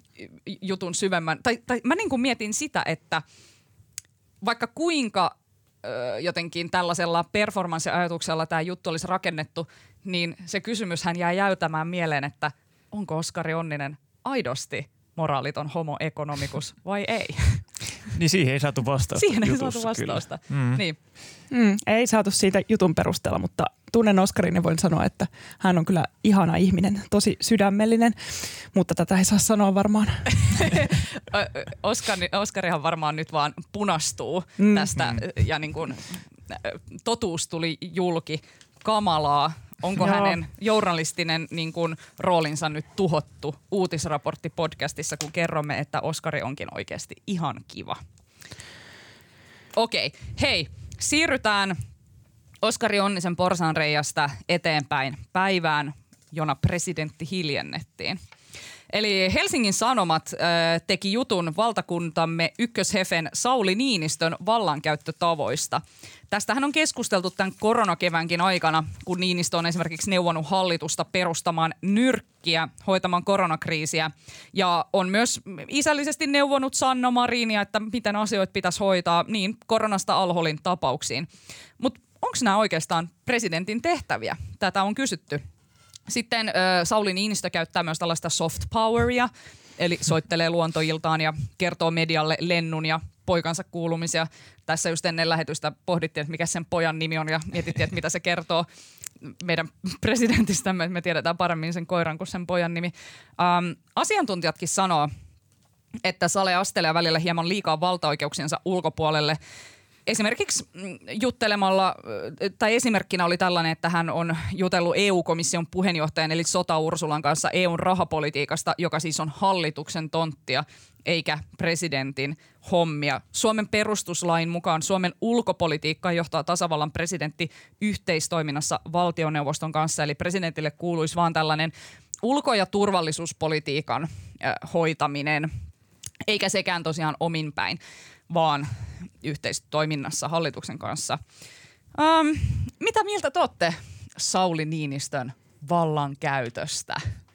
jutun syvemmän, tai, tai mä niin kuin mietin sitä, että vaikka kuinka ö, jotenkin tällaisella performance-ajatuksella tämä juttu olisi rakennettu, niin se kysymyshän jää jäytämään mieleen, että onko Oskari Onninen aidosti moraaliton homo economicus vai ei? Niin siihen ei saatu vastausta. Siihen ei jutussa, saatu vastausta. Mm. Niin. Mm, ei saatu siitä jutun perusteella, mutta tunnen Oskarin ja voin sanoa, että hän on kyllä ihana ihminen, tosi sydämellinen, mutta tätä ei saa sanoa varmaan. Oskari, Oskarihan varmaan nyt vaan punastuu mm. tästä ja niin kuin, totuus tuli julki, kamalaa. Onko Joo. hänen journalistinen niin kuin, roolinsa nyt tuhottu Uutisraportti-podcastissa, kun kerromme, että Oskari onkin oikeasti ihan kiva. Okei, hei, siirrytään Oskari Onnisen porsaanreijasta eteenpäin päivään, jona presidentti hiljennettiin. Eli Helsingin Sanomat äh, teki jutun valtakuntamme ykköshefen Sauli Niinistön vallankäyttötavoista. Tästähän on keskusteltu tämän koronakevänkin aikana, kun Niinistö on esimerkiksi neuvonut hallitusta perustamaan nyrkkiä hoitamaan koronakriisiä. Ja on myös isällisesti neuvonut Sanna Marinia, että miten asioita pitäisi hoitaa niin koronasta Al-Holin tapauksiin. Mutta onko nämä oikeastaan presidentin tehtäviä? Tätä on kysytty. Sitten äh, Sauli Niinistö käyttää myös tällaista soft poweria, eli soittelee luontoiltaan ja kertoo medialle lennun ja poikansa kuulumisia. Tässä just ennen lähetystä pohdittiin, että mikä sen pojan nimi on ja mietittiin, että mitä se kertoo meidän presidentistämme, että me tiedetään paremmin sen koiran kuin sen pojan nimi. Ähm, asiantuntijatkin sanoo, että Sale astelee välillä hieman liikaa valtaoikeuksiensa ulkopuolelle. esimerkiksi juttelemalla, tai esimerkkinä oli tällainen, että hän on jutellut E U-komission puheenjohtajan eli Sota Ursulan kanssa E U:n rahapolitiikasta, joka siis on hallituksen tonttia eikä presidentin hommia. Suomen perustuslain mukaan Suomen ulkopolitiikkaa johtaa tasavallan presidentti yhteistoiminnassa valtioneuvoston kanssa, eli presidentille kuuluisi vaan tällainen ulko- ja turvallisuuspolitiikan äh, hoitaminen, eikä sekään tosiaan omin päin, vaan yhteistoiminnassa hallituksen kanssa. Ähm, mitä mieltä te olette Sauli Niinistön vallankäytöstä?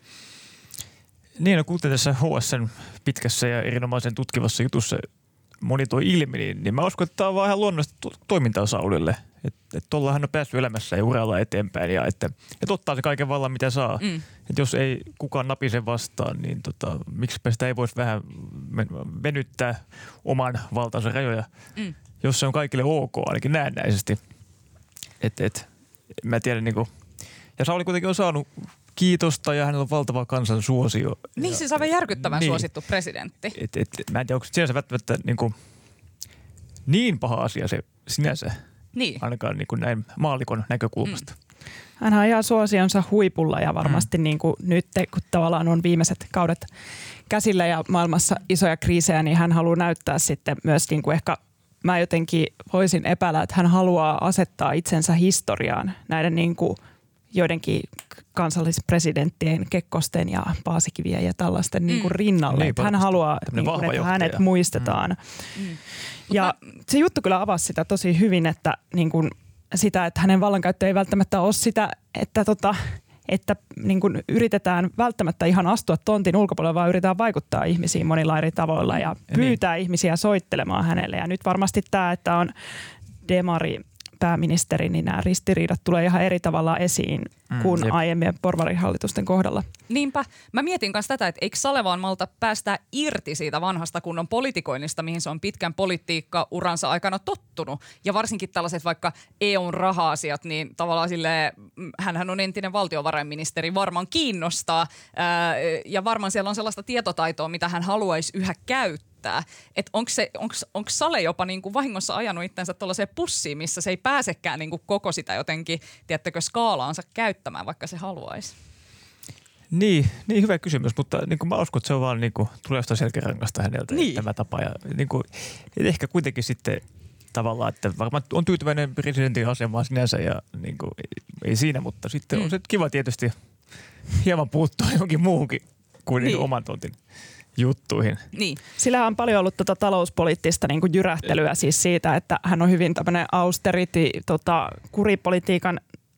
Niin, no kuten tässä H S:n pitkässä ja erinomaisen tutkivassa jutussa moni toi ilmi, niin, niin mä uskon, että tämä on vaan ihan luonnollista to- toimintaa Saulille. Että et tuolla hän on päässyt elämässä ja uralla eteenpäin ja että et ottaa se kaiken vallan, mitä saa. Mm. Että jos ei kukaan napise vastaan, niin tota, miksipä sitä ei voisi vähän venyttää oman valtansa rajoja, mm. jos se on kaikille ok, ainakin näennäisesti. Että et, mä tiedän niinku, ja Sauli kuitenkin on saanut kiitosta ja hänellä on valtava kansan suosio. Niin, ja, siis aivan järkyttävän niin, suosittu presidentti. Et, et, mä en tiedä, onko sinänsä välttämättä niinku, niin paha asia se sinänsä, niin. ainakaan niinku näin maallikon näkökulmasta. Mm. Hän on ihan suosionsa huipulla ja varmasti mm. niin kuin nyt, kun tavallaan on viimeiset kaudet käsillä ja maailmassa isoja kriisejä, niin hän haluaa näyttää sitten myös niin kuin ehkä, mä jotenkin voisin epäillä, että hän haluaa asettaa itsensä historiaan näiden niin kuin joidenkin kansallispresidenttien, Kekkosten ja Paasikivien ja tällaisten mm. niin kuin rinnalle. Niin, hän haluaa, niin kuin, että hänet muistetaan. Mm. Mm. Ja se juttu kyllä avasi sitä tosi hyvin, että niin kuin sitä, että hänen vallankäyttö ei välttämättä ole sitä, että, tota, että niin kuin yritetään välttämättä ihan astua tontin ulkopuolelle, vaan yritetään vaikuttaa ihmisiin monilla eri tavoilla ja pyytää niin. ihmisiä soittelemaan hänelle. Ja nyt varmasti tämä, että on demari pääministeri, niin nämä ristiriidat tulee ihan eri tavalla esiin mm, kuin jep. aiemmien porvarihallitusten kohdalla. Niinpä. Mä mietin myös tätä, että eikö Salevaan malta päästää irti siitä vanhasta kunnon politikoinnista, mihin se on pitkän politiikka-uransa aikana tottunut. Ja varsinkin tällaiset vaikka E U:n raha-asiat, niin tavallaan silleen, hänhän on entinen valtiovarainministeri, varmaan kiinnostaa. Ää, ja varmaan siellä on sellaista tietotaitoa, mitä hän haluaisi yhä käyttää. Että onko Sale jopa niinku vahingossa ajanut itsensä tuollaiseen pussiin, missä se ei pääsekään niinku koko sitä jotenkin, tiedättekö, skaalaansa käyttämään, vaikka se haluaisi? Niin, niin hyvä kysymys, mutta niin kuin mä uskon, että se on vaan niin kuin tulevasta selkärangasta häneltä niin. tämä tapa. Ja niin kuin, ehkä kuitenkin sitten tavallaan, että varmaan on tyytyväinen presidentin asemaan sinänsä ja niin kuin, ei siinä, mutta sitten mm. on se kiva tietysti hieman puuttua johonkin muuhunkin kuin niin. oman tontin juttuihin. Niin. Sillä on paljon ollut tota talouspoliittista niin kuin jyrähtelyä siis siitä, että hän on hyvin tämmöinen austerity, tota, kuripolitiikan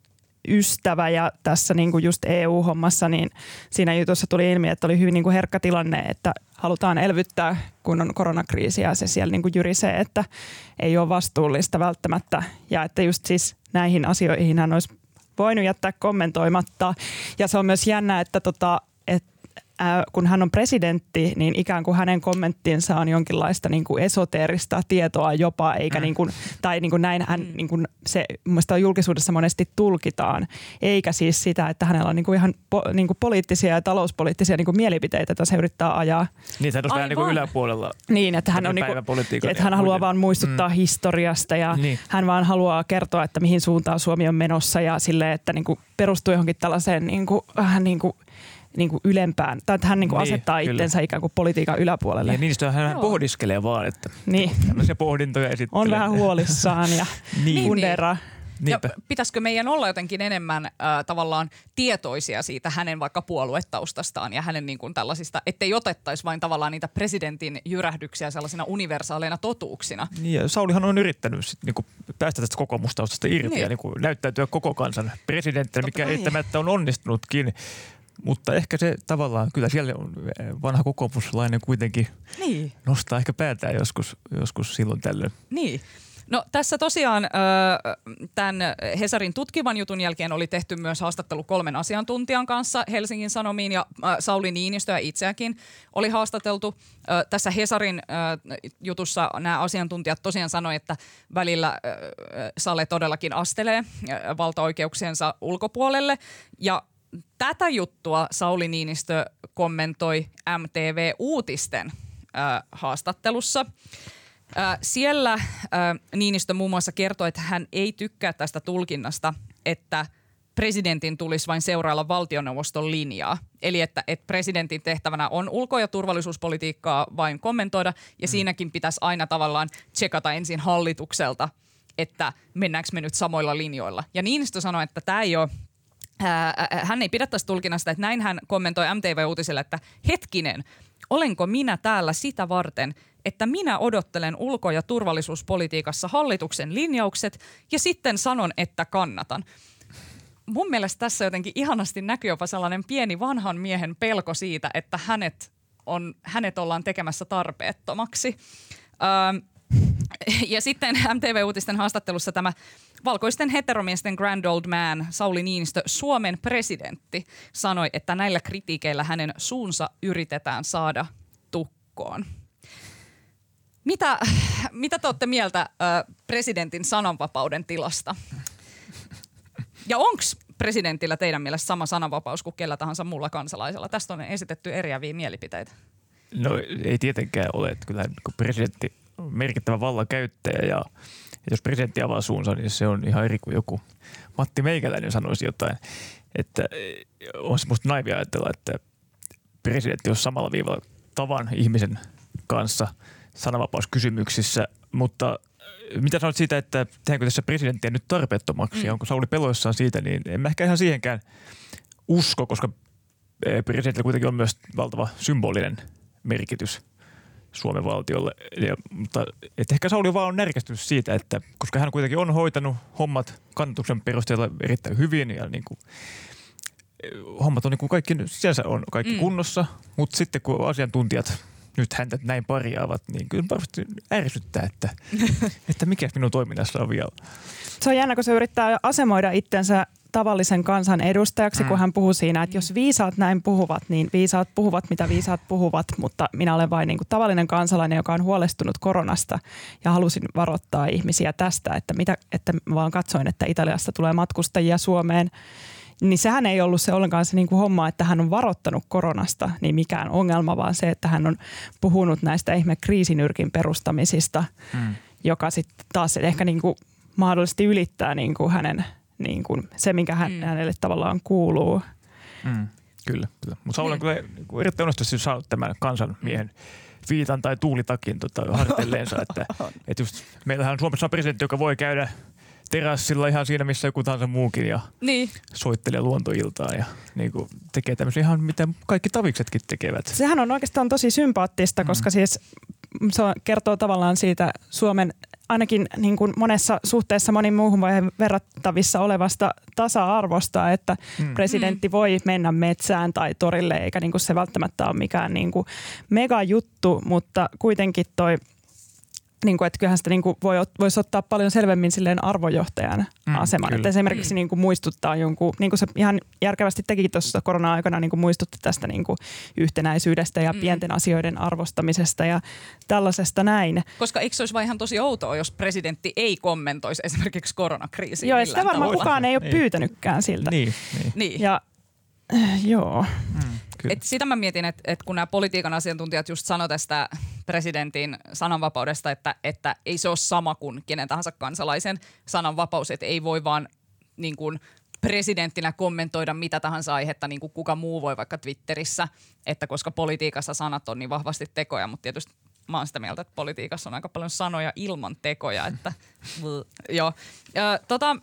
ystävä ja tässä niin kuin just E U-hommassa, niin siinä jutussa tuli ilmi, että oli hyvin niin kuin herkkä tilanne, että halutaan elvyttää, kun on koronakriisi ja se siellä niin kuin jyrisee, että ei ole vastuullista välttämättä ja että just siis näihin asioihin hän olisi voinut jättää kommentoimatta ja se on myös jännä, että tota, että kun hän on presidentti, niin ikään kuin hänen kommenttinsa on jonkinlaista niin kuin esoteerista tietoa jopa, eikä mm. niin kuin, tai niin kuin näin hän, niin kuin se mielestäni julkisuudessa monesti tulkitaan, eikä siis sitä, että hänellä on niin kuin ihan po, niin kuin poliittisia ja talouspoliittisia niin kuin mielipiteitä, että se yrittää ajaa. Niin, se on vähän niin kuin yläpuolella. Niin, että hän, on niin kuin, että hän haluaa vaan muistuttaa mm. historiasta ja niin. hän vaan haluaa kertoa, että mihin suuntaan Suomi on menossa ja silleen, että niin kuin perustuu johonkin tällaiseen niin kuin, vähän niin kuin niin kuin ylempään, tai että hän niin kuin niin, asettaa kyllä. itsensä ikään kuin politiikan yläpuolelle. Ja niistä hän Joo. pohdiskelee vaan, että niin. tämmöisiä pohdintoja esittelee. On vähän huolissaan ja niin. wundera. Ja pitäisikö meidän olla jotenkin enemmän äh, tavallaan tietoisia siitä hänen vaikka puoluetaustastaan ja hänen niin kuin tällaisista, ettei otettaisi vain tavallaan niitä presidentin jyrähdyksiä sellaisina universaaleina totuuksina. Niin ja Saulihan on yrittänyt sit, niin kuin päästä tästä kokoomustaustasta irti niin. ja niin kuin näyttäytyä koko kansan presidenttinä, mikä eittämättä on onnistunutkin. Mutta ehkä se tavallaan, kyllä siellä on vanha kokoomuslainen kuitenkin niin. nostaa ehkä päätään joskus, joskus silloin tällöin. Niin. No tässä tosiaan tämän Hesarin tutkivan jutun jälkeen oli tehty myös haastattelu kolmen asiantuntijan kanssa Helsingin Sanomiin ja Sauli Niinistöä itseäkin oli haastateltu. Tässä Hesarin jutussa nämä asiantuntijat tosiaan sanoi, että välillä Sale todellakin astelee valtaoikeuksiensa ulkopuolelle ja tätä juttua Sauli Niinistö kommentoi M T V-uutisten äh, haastattelussa. Äh, siellä äh, Niinistö muun muassa kertoi, että hän ei tykkää tästä tulkinnasta, että presidentin tulisi vain seurailla valtioneuvoston linjaa. Eli että, että presidentin tehtävänä on ulko- ja turvallisuuspolitiikkaa vain kommentoida, ja mm. siinäkin pitäisi aina tavallaan tsekata ensin hallitukselta, että mennäänkö me nyt samoilla linjoilla. Ja Niinistö sanoi, että tämä ei ole, ää, hän ei pidä tästä tulkinnasta, että näin hän kommentoi M T V-uutisille, että hetkinen, olenko minä täällä sitä varten, että minä odottelen ulko- ja turvallisuuspolitiikassa hallituksen linjaukset ja sitten sanon, että kannatan. Mun mielestä tässä jotenkin ihanasti näkyy jopa sellainen pieni vanhan miehen pelko siitä, että hänet, on, hänet ollaan tekemässä tarpeettomaksi. Öö, ja sitten M T V-uutisten haastattelussa tämä valkoisten heteromiesten grand old man Sauli Niinistö, Suomen presidentti, sanoi, että näillä kritiikeillä hänen suunsa yritetään saada tukkoon. Mitä, mitä te olette mieltä ö, presidentin sananvapauden tilasta? Ja onko presidentillä teidän mielestä sama sananvapaus kuin kellä tahansa muulla kansalaisella? Tästä on esitetty eriäviä mielipiteitä. No ei tietenkään ole. Että kyllähän presidentti on merkittävä vallankäyttäjä ja jos presidentti avaa suunsa, niin se on ihan eri kuin joku Matti Meikäläinen sanoisi jotain. Että on se musta naivia ajatella, että presidentti on samalla viivalla tavan ihmisen kanssa sananvapauskysymyksissä, mutta mitä sanot siitä, että tehdäänkö tässä presidenttiä nyt tarpeettomaksi? Mm. Onko Sauli peloissaan siitä, niin en mä ehkä ihan siihenkään usko, koska presidentillä kuitenkin on myös valtava symbolinen merkitys Suomen valtiolle. Ja, mutta et ehkä Sauli vaan on närkästynyt siitä, että koska hän kuitenkin on hoitanut hommat kannatuksen perusteella erittäin hyvin ja niin kuin, hommat on niin kuin kaikki, sieltä on kaikki mm. kunnossa, mutta sitten kun asiantuntijat nyt häntä näin parjaavat, niin kyllä varmasti ärsyttää, että, että mikä minun toiminnassa on vielä. Se on jännä, kun se yrittää asemoida itsensä tavallisen kansan edustajaksi, mm. kun hän puhuu siinä, että jos viisaat näin puhuvat, niin viisaat puhuvat, mitä viisaat puhuvat, mutta minä olen vain niin kuin tavallinen kansalainen, joka on huolestunut koronasta ja halusin varoittaa ihmisiä tästä, että, mitä, että vaan katsoin, että Italiasta tulee matkustajia Suomeen. Niin sehän ei ollut se ollenkaan se niin kuin homma, että hän on varoittanut koronasta, niin mikään ongelma, vaan se, että hän on puhunut näistä ihme kriisinyrkin perustamisista, mm. joka sitten taas ehkä niin kuin mahdollisesti ylittää niin kuin hänen, niin kuin se, minkä hän, mm. hänelle tavallaan kuuluu. Mm. Kyllä, kyllä. Mutta Sauli on kyllä erittäin onnistuisesti saanut tämän kansanmiehen viitan tai tuulitakin tota, harteilleensa, että, että just meillähän Suomessa on presidentti, joka voi käydä terassilla ihan siinä, missä joku tahansa muukin ja niin. soittelee luontoiltaa ja niin kuin tekee tämmöisiä ihan mitä kaikki taviksetkin tekevät. Sehän on oikeastaan tosi sympaattista, mm. koska siis se kertoo tavallaan siitä Suomen ainakin niin kuin monessa suhteessa monin muuhun vaiheen verrattavissa olevasta tasa-arvosta, että mm. presidentti voi mennä metsään tai torille, eikä niin kuin se välttämättä ole mikään niin kuin mega juttu, mutta kuitenkin toi niin kuin, että kyllähän sitä niin kuin voi, voisi ottaa paljon selvemmin silleen arvojohtajan mm, aseman. Että esimerkiksi mm. niin kuin muistuttaa jonkun, niin kuin se ihan järkevästi teki tuossa korona-aikana, niin kuin muistutti tästä niin kuin yhtenäisyydestä ja mm. pienten asioiden arvostamisesta ja tällaisesta näin. Koska eikö se olisi vaan ihan tosi outoa, jos presidentti ei kommentoisi esimerkiksi koronakriisiä? Joo, sitä varmaan kukaan ei ole niin. pyytänytkään siltä. Niin, niin. niin. Ja äh, joo. Mm. Et sitä mä mietin, että et kun nämä politiikan asiantuntijat just sanoi tästä presidentin sananvapaudesta, että, että ei se ole sama kuin kenen tahansa kansalaisen sananvapaus, että ei voi vaan niin kuin presidenttinä kommentoida mitä tahansa aihetta, niin kuin kuka muu voi vaikka Twitterissä, että koska politiikassa sanat on niin vahvasti tekoja, mutta tietysti mä oon sitä mieltä, että politiikassa on aika paljon sanoja ilman tekoja, että joo. Ja, tota,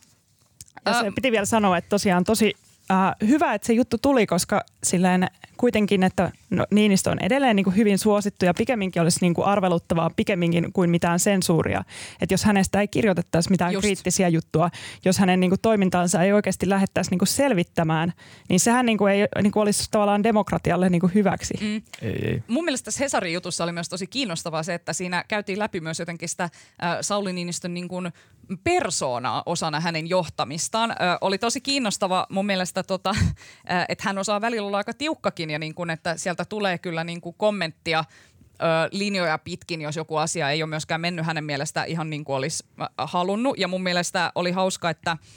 ja se piti vielä sanoa, että tosiaan tosi Uh, hyvä, että se juttu tuli, koska silleen kuitenkin, että no, Niinistö on edelleen niin kuin hyvin suosittu ja pikemminkin olisi niin kuin arveluttavaa pikemminkin kuin mitään sensuuria. Että jos hänestä ei kirjoitettaisi mitään Just. kriittisiä juttua, jos hänen niin kuin toimintaansa ei oikeasti lähettäisi niin kuin selvittämään, niin sehän niin kuin ei niin kuin olisi tavallaan demokratialle niin kuin hyväksi. Mm. Ei, ei. Mun mielestä tässä Hesarin jutussa oli myös tosi kiinnostavaa se, että siinä käytiin läpi myös jotenkin sitä äh, Sauli Niinistön niin kuin persoonaa osana hänen johtamistaan. Ö, oli tosi kiinnostava mun mielestä, tota, että hän osaa välillä olla aika tiukkakin ja niin kun, että sieltä tulee kyllä niin kuin kommenttia ö, linjoja pitkin, jos joku asia ei ole myöskään mennyt hänen mielestä ihan niin kuin olisi halunnut. Ja mun mielestä oli hauska, että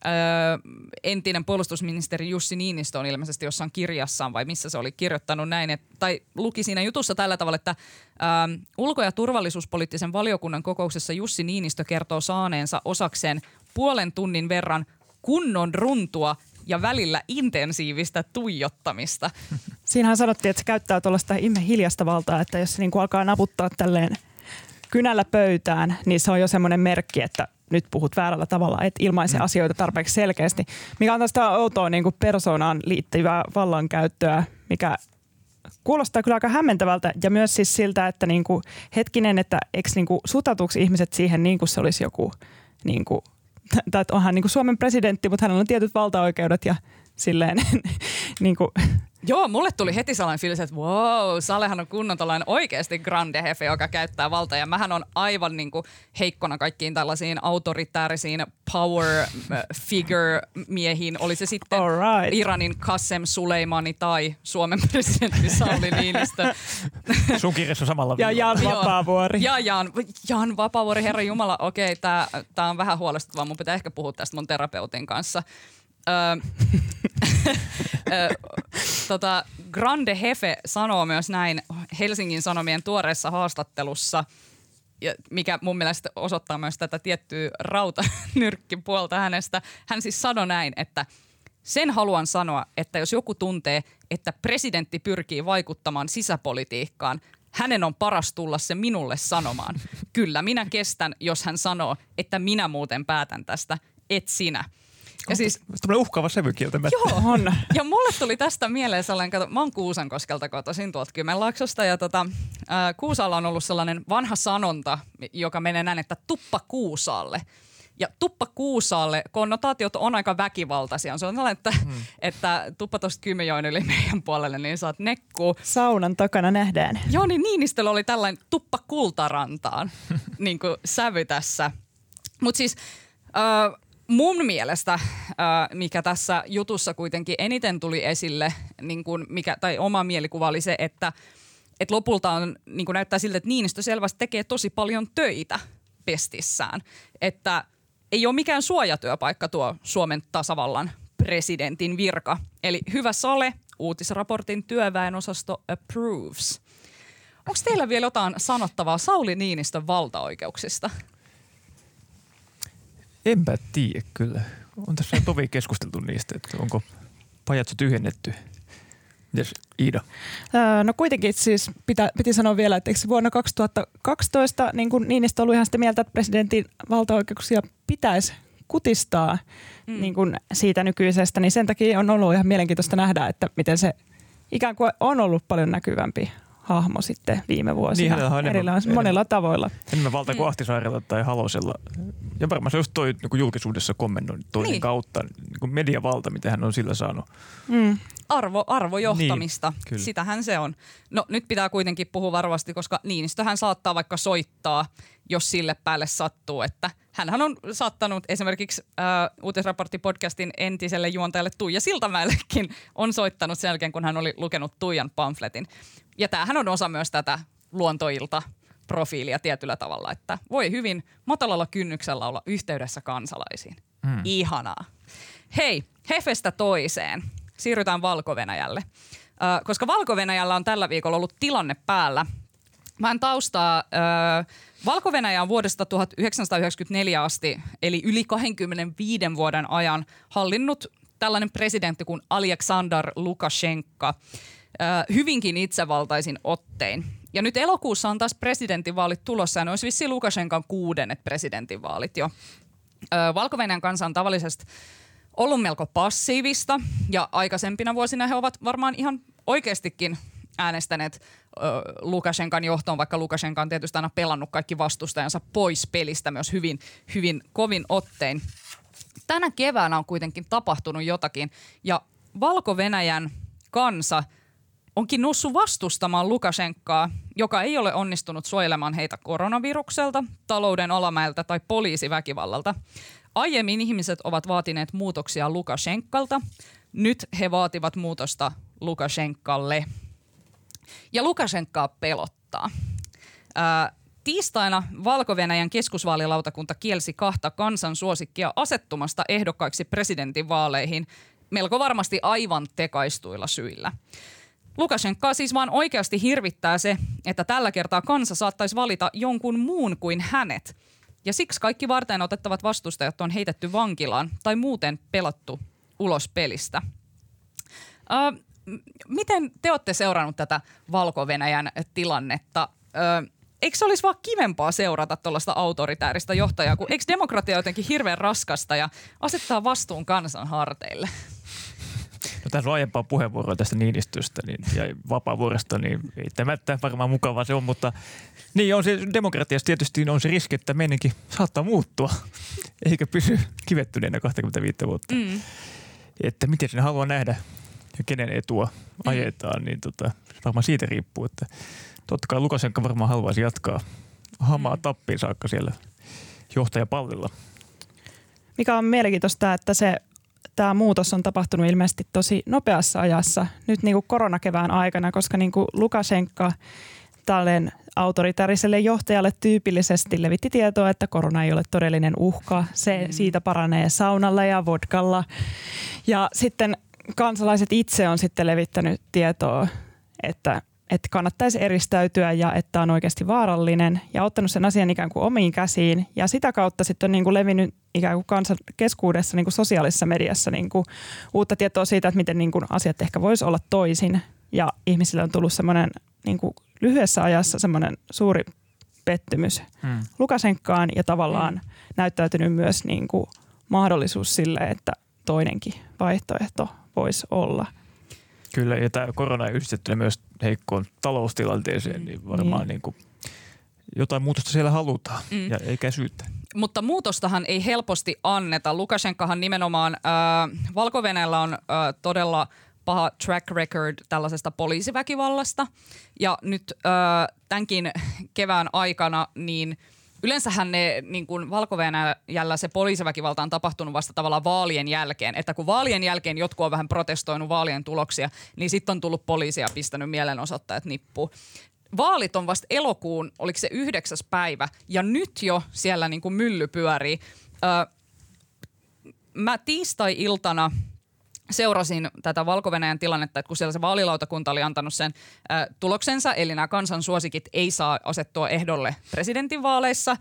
entinen puolustusministeri Jussi Niinistö on ilmeisesti jossain kirjassaan vai missä se oli kirjoittanut näin, et, tai luki siinä jutussa tällä tavalla, että ää, ulko- ja turvallisuuspoliittisen valiokunnan kokouksessa Jussi Niinistö kertoo saaneensa osakseen puolen tunnin verran kunnon runtua ja välillä intensiivistä tuijottamista. Siinähän sanottiin, että se käyttää tuollaista ihme hiljasta valtaa, että jos se niin kuin alkaa naputtaa tälleen kynällä pöytään, niin se on jo semmoinen merkki, että nyt puhut väärällä tavalla, et ilmaise asioita tarpeeksi selkeästi. Mikä on tästä outoa niin kuin persoonaan liittyvää vallankäyttöä, mikä kuulostaa kyllä aika hämmentävältä ja myös siis siltä, että niin kuin hetkinen, että eikö niin kuin sutautuuko ihmiset siihen niin kuin se olisi joku, niin kuin, tai että onhan niin kuin Suomen presidentti, mutta hänellä on tietyt valtaoikeudet ja silleen niin kuin. Joo, mulle tuli heti sellainen fiilis, että wow, Salehan on kunnon tällainen oikeasti grande jefe, joka käyttää valtaa. Ja mähän on aivan niin kuin heikkona kaikkiin tällaisiin autoritäärisiin power figure miehiin. Oli se sitten right. Iranin Qasem Soleimani tai Suomen presidentti Sauli Niinistö. Sun kirjassa on samalla ja Jan Vapaavuori. Ja Jan, Jan Vapaavuori, herra jumala. Okei, tää, tää on vähän huolestuttavaa. Mun pitää ehkä puhua tästä mun terapeutin kanssa. Öö, tota, Grande Hefe sanoo myös näin Helsingin Sanomien tuoreessa haastattelussa, mikä mun mielestä osoittaa myös tätä tiettyä rautanyrkkipuolta hänestä. Hän siis sanoi näin, että sen haluan sanoa, että jos joku tuntee, että presidentti pyrkii vaikuttamaan sisäpolitiikkaan, hänen on paras tulla se minulle sanomaan. Kyllä, minä kestän, jos hän sanoo, että minä muuten päätän tästä, et sinä. Ja siis, tämmöinen uhkaava sävy kieltämättä. Joo, on. Ja mulle tuli tästä mieleen sellainen, kato, mä oon Kuusankoskelta kotoisin tuolta Kymenlaaksosta ja tota, ää, Kuusaalla on ollut sellainen vanha sanonta, joka menee näin, että tuppa Kuusaalle. Ja tuppa Kuusaalle konnotaatiot on aika väkivaltaisia. Se on sellainen, että, hmm. että tuppa tosta Kymenjoen yli meidän puolelle, niin saat nekkuu. Saunan takana nähdään. Joo, niin Niinistöllä oli tällainen tuppa Kultarantaan niin kuin sävy tässä. Mutta siis Äh, mun mielestä, äh, mikä tässä jutussa kuitenkin eniten tuli esille, niin kun mikä, tai oma mielikuva oli se, että et lopulta on, niin kun näyttää siltä, että Niinistö selvästi tekee tosi paljon töitä pestissään. Että ei ole mikään suojatyöpaikka tuo Suomen tasavallan presidentin virka. Eli hyvä Sale, uutisraportin työväenosasto approves. Onko teillä vielä jotain sanottavaa Sauli Niinistön valtaoikeuksista? Enpä tiedä kyllä. On tässä tovi keskusteltu niistä, että onko pajatso tyhjennetty. Mites Iida? Öö, no kuitenkin siis pitä, piti sanoa vielä, että eikö vuonna kaksituhattakaksitoista niin kuin Niinistö oli ihan sitä mieltä, että presidentin valtaoikeuksia pitäisi kutistaa mm. niin kuin siitä nykyisestä, niin sen takia on ollut ihan mielenkiintoista nähdä, että miten se ikään kuin on ollut paljon näkyvämpi hahmo sitten viime vuosina. Niin, on enemmän, monella enemmän, tavoilla. Enemmän valta kuin mm. Ahtisaarella tai Halosella. Ja varmaan se on just toi niin julkisuudessa kommentoinut toisen niin. kautta niin mediavalta, mitä hän on sillä saanut. Mm. Arvo, arvojohtamista, niin, sitähän se on. No nyt pitää kuitenkin puhua varovasti, koska Niinistöhän saattaa vaikka soittaa, jos sille päälle sattuu, että hänhän on saattanut esimerkiksi äh, Uutisraportti-podcastin entiselle juontajalle Tuija Siltamäellekin on soittanut sen jälkeen, kun hän oli lukenut Tuijan pamfletin. Ja tämähän on osa myös tätä luontoilta profiilia tietyllä tavalla, että voi hyvin matalalla kynnyksellä olla yhteydessä kansalaisiin. Mm. Ihanaa. Hei, Hefestä toiseen. Siirrytään Valko-Venäjälle, äh, koska Valko-Venäjällä on tällä viikolla ollut tilanne päällä. Vähän taustaa. Äh, Valko-Venäjä on vuodesta tuhatyhdeksänsataayhdeksänkymmentäneljä asti, eli yli kaksikymmentäviisi vuoden ajan hallinnut tällainen presidentti kuin Aleksandr Lukashenka äh, hyvinkin itsevaltaisin ottein. Ja nyt elokuussa on taas presidentinvaalit tulossa, ja ne olisi vissiin Lukashenkan kuudennet presidentinvaalit jo. Äh, Valko-Venäjän kansa on tavallisesti ollut melko passiivista, ja aikaisempina vuosina he ovat varmaan ihan oikeastikin äänestäneet ö, Lukashenkan johtoon, vaikka Lukashenka on tietysti aina pelannut kaikki vastustajansa pois pelistä myös hyvin, hyvin kovin ottein. Tänä keväänä on kuitenkin tapahtunut jotakin, ja Valko-Venäjän kansa onkin noussut vastustamaan Lukashenkaa, joka ei ole onnistunut suojelemaan heitä koronavirukselta, talouden alamäeltä tai poliisiväkivallalta. Aiemmin ihmiset ovat vaatineet muutoksia Lukashenkalta. Nyt he vaativat muutosta Lukashenkalle. Ja Lukashenkaa pelottaa. Ää, tiistaina Valko-Venäjän keskusvaalilautakunta kielsi kahta kansansuosikkia asettumasta ehdokkaiksi presidentinvaaleihin melko varmasti aivan tekaistuilla syillä. Lukashenkaa siis vaan oikeasti hirvittää se, että tällä kertaa kansa saattaisi valita jonkun muun kuin hänet. Ja siksi kaikki varten otettavat vastustajat on heitetty vankilaan tai muuten pelattu ulos pelistä. Ö, miten te olette seurannut tätä Valko-Venäjän tilannetta? Ö, eikö se olisi vaan kivempaa seurata tuollaista autoritääristä johtajaa, kun eikö demokratia jotenkin hirveän raskasta ja asettaa vastuun kansan harteille? No, tässä on aiempaa puheenvuoroa tästä Niinistöstä niin, ja Vapaavuoresta, niin ei tämä varmaan mukavaa se on, mutta niin on se demokratiassa tietysti on se riski, että meininki saattaa muuttua, eikä pysy kivettyneenä kaksikymmentäviisi vuotta. Mm. Että miten sen haluaa nähdä ja kenen etua ajetaan, mm. niin tota, varmaan siitä riippuu, että totta kai Lukashenka varmaan haluaisi jatkaa hamaa mm. tappiin saakka siellä johtajapallilla. Mikä on mielenkiintoista, että se tämä muutos on tapahtunut ilmeisesti tosi nopeassa ajassa nyt niin kuin koronakevään aikana, koska niin kuin Lukashenka tälleen autoritaariselle johtajalle tyypillisesti levitti tietoa, että korona ei ole todellinen uhka. Se siitä paranee saunalla ja vodkalla. Ja sitten kansalaiset itse on sitten levittänyt tietoa, että, että kannattaisi eristäytyä ja että on oikeasti vaarallinen ja ottanut sen asian ikään kuin omiin käsiin. Ja sitä kautta sitten on niin kuin levinnyt ikään kuin kansan keskuudessa niin kuin sosiaalisessa mediassa niin kuin uutta tietoa siitä, että miten niin kuin asiat ehkä voisi olla toisin. Ja ihmisille on tullut semmoinen niin kuin lyhyessä ajassa semmoinen suuri pettymys hmm. Lukashenkaan ja tavallaan hmm. näyttäytynyt myös niin kuin mahdollisuus sille, että toinenkin vaihtoehto voisi olla. Kyllä, ja tämä korona yhdistettynä myös heikkoon taloustilanteeseen, niin varmaan niin. Niin kuin jotain muutosta siellä halutaan mm. ja eikä syyttä. Mutta muutostahan ei helposti anneta. Lukashenkahan nimenomaan, äh, Valko-Venäjällä on äh, todella paha track record tällaisesta poliisiväkivallasta. Ja nyt äh, tämänkin kevään aikana niin yleensähän ne niin kuin Valko-Venäjällä se poliisiväkivalta on tapahtunut vasta tavallaan vaalien jälkeen. Että kun vaalien jälkeen jotkut on vähän protestoinut vaalien tuloksia, niin sitten on tullut poliisia pistänyt mielenosoittajat nippuun. Vaalit on vasta elokuun, oliko se yhdeksäs päivä, ja nyt jo siellä niin kuin mylly pyörii. Öö, mä tiistai-iltana seurasin tätä Valko-Venäjän tilannetta, että kun siellä se vaalilautakunta oli antanut sen ö, tuloksensa, eli nämä kansan suosikit ei saa asettua ehdolle presidentinvaaleissa,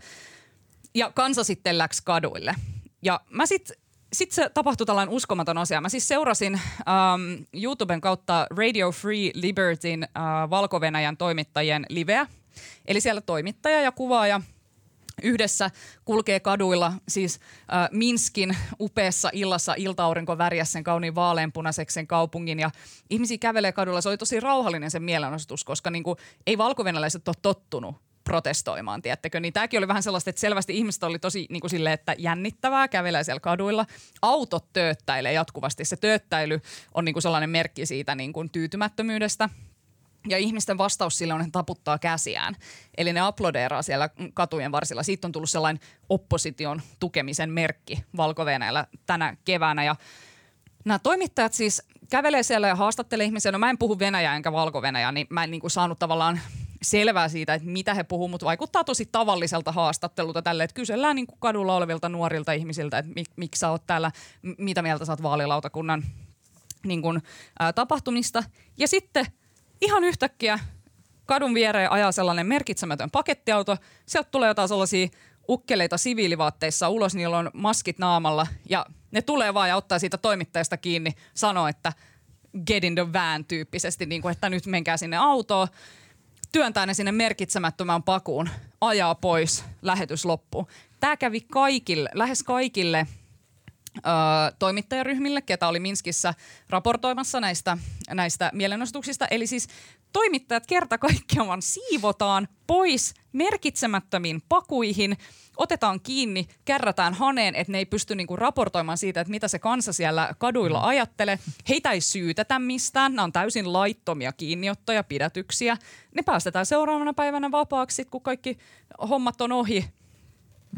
ja kansa sitten läksi kaduille. Ja mä sitten Sitten se tapahtui tällainen uskomaton asia. Mä siis seurasin ähm, YouTuben kautta Radio Free Libertyn äh, Valko-Venäjän toimittajien liveä. Eli siellä toimittaja ja kuvaaja yhdessä kulkee kaduilla, siis äh, Minskin upeassa illassa ilta-aurinko värjäsi sen kauniin vaaleanpunaiseksi sen kaupungin ja ihmisiä kävelee kadulla. Se oli tosi rauhallinen sen mielenosoitus, koska niinku, ei valko-venäläiset ole tottunut protestoimaan, tiedättekö? Niin tämäkin oli vähän sellaista, että selvästi ihmiset oli tosi niin kuin silleen, että jännittävää kävelee siellä kaduilla. Autot tööttäilee jatkuvasti. Se tööttäily on niin kuin sellainen merkki siitä niin kuin tyytymättömyydestä. Ja ihmisten vastaus sille on, että taputtaa käsiään. Eli ne aplodeeraa siellä katujen varsilla. Siitä on tullut sellainen opposition tukemisen merkki Valko-Venäjällä tänä keväänä. Ja nämä toimittajat siis kävelee siellä ja haastattelee ihmisiä. No mä en puhu Venäjää enkä Valko-Venäjää, niin mä en niin kuin saanut tavallaan selvää siitä, että mitä he puhuu, mutta vaikuttaa tosi tavalliselta haastattelulta tälle, että kysellään niin kuin kadulla olevilta nuorilta ihmisiltä, että mik, miksi sä oot täällä, mitä mieltä sä oot vaalilautakunnan niin kuin, ää, tapahtumista. Ja sitten ihan yhtäkkiä kadun viereen ajaa sellainen merkitsemätön pakettiauto, sieltä tulee jotain sellaisia ukkeleita siviilivaatteissa ulos, niillä on maskit naamalla ja ne tulee vaan ja ottaa siitä toimittajasta kiinni, sanoo, että get in the van tyyppisesti, niin kuin, että nyt menkää sinne autoon. Työntää ne sinne merkitsemättömään pakuun, ajaa pois, lähetys loppuu. Tämä kävi kaikille, lähes kaikille ö, toimittajaryhmille, ketä oli Minskissä raportoimassa näistä, näistä mielenosoituksista. Eli siis toimittajat kerta kaikkiaan siivotaan pois merkitsemättömiin pakuihin, otetaan kiinni, kärrätään haneen, että ne ei pysty niinku raportoimaan siitä, että mitä se kansa siellä kaduilla ajattelee. Heitä ei syytetä mistään, nämä on täysin laittomia kiinniottoja, pidätyksiä. Ne päästetään seuraavana päivänä vapaaksi, kun kaikki hommat on ohi. Mm.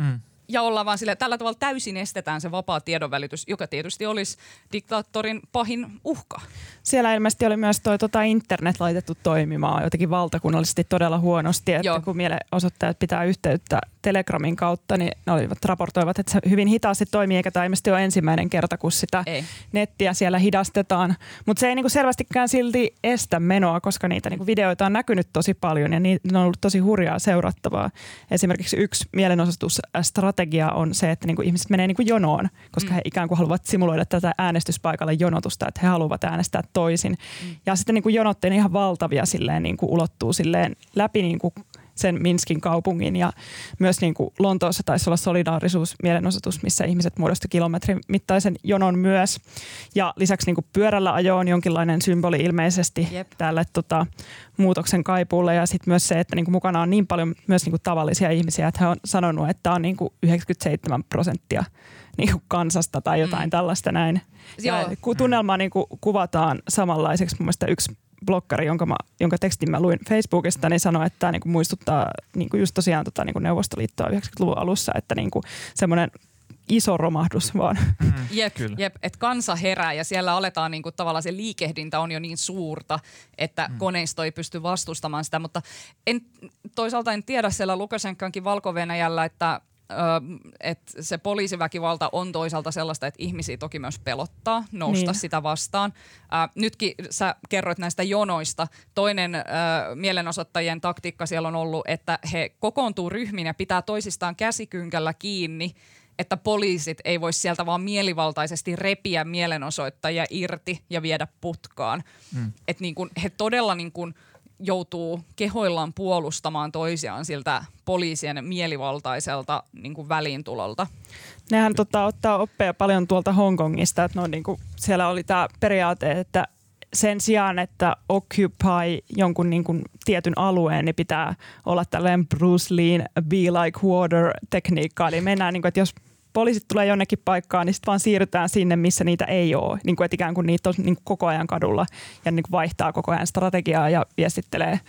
Ja ollaan vaan silleen, tällä tavalla täysin estetään se vapaa tiedonvälitys, joka tietysti olisi diktaattorin pahin uhka. Siellä ilmeisesti oli myös toi tota internet laitettu toimimaan jotenkin valtakunnallisesti todella huonosti, että Joo. kun mielenosoittajat pitää yhteyttä Telegramin kautta, niin ne olivat, raportoivat, että se hyvin hitaasti toimii, eikä tämä ilmeisesti ole ensimmäinen kerta, kun sitä ei. nettiä siellä hidastetaan. Mutta se ei niinku selvästikään silti estä menoa, koska niitä niinku videoita on näkynyt tosi paljon ja ne on ollut tosi hurjaa seurattavaa. Esimerkiksi yksi mielenosoitusstrategia on se, että niinku ihmiset menee niinku jonoon, koska mm. he ikään kuin haluavat simuloida tätä äänestyspaikalle jonotusta, että he haluavat äänestää toisin. Mm. Ja sitten niinku jonot on ihan valtavia silleen, niinku ulottuu silleen läpi niinku sen Minskin kaupungin ja myös niin kuin Lontoossa taisi olla solidaarisuusmielenosoitus, missä ihmiset muodosti kilometrin mittaisen jonon myös. Ja lisäksi niin kuin pyörällä ajo on jonkinlainen symboli ilmeisesti Jep. tälle tota, muutoksen kaipuulle ja sitten myös se, että niin kuin mukana on niin paljon myös niin kuin tavallisia ihmisiä, että he on sanonut, että on niin kuin yhdeksänkymmentäseitsemän prosenttia niin kuin kansasta tai jotain mm. tällaista näin. Ja tunnelmaa niin kuin kuvataan samanlaiseksi. Mun mielestä yksi blokkari, jonka, mä, jonka tekstin mä luin Facebookista, niin sanoi, että tämä niinku muistuttaa niinku just tosiaan tota, niinku Neuvostoliittoa yhdeksänkymmentäluvun alussa, että niinku semmoinen iso romahdus vaan. Mm, jep, jep että kansa herää ja siellä aletaan niinku, tavallaan se liikehdintä on jo niin suurta, että mm. koneisto ei pysty vastustamaan sitä, mutta en, toisaalta en tiedä siellä Lukašenkankin Valko-Venäjällä, että että se poliisiväkivalta on toisaalta sellaista, että ihmisiä toki myös pelottaa nousta niin. sitä vastaan. Ää, nytkin sä kerroit näistä jonoista. Toinen ää, mielenosoittajien taktiikka siellä on ollut, että he kokoontuu ryhmiin ja pitää toisistaan käsikynkällä kiinni, että poliisit ei voi sieltä vaan mielivaltaisesti repiä mielenosoittajia irti ja viedä putkaan. Mm. Että niin kun he todella niin kun joutuu kehoillaan puolustamaan toisiaan siltä poliisien mielivaltaiselta niin kuin väliintulolta. Nehän tota, ottaa oppia paljon tuolta Hongkongista, että no, niin kuin siellä oli tämä periaate, että sen sijaan, että occupy jonkun niin kuin tietyn alueen, niin pitää olla tällainen Bruce Leen be like water -tekniikka. Eli mennään, niin kuin, että jos poliisit tulee jonnekin paikkaan, niin sitten vaan siirrytään sinne, missä niitä ei ole. Niin kuin, että ikään kuin niitä on niin kuin koko ajan kadulla ja niin kuin vaihtaa koko ajan strategiaa ja viestittelee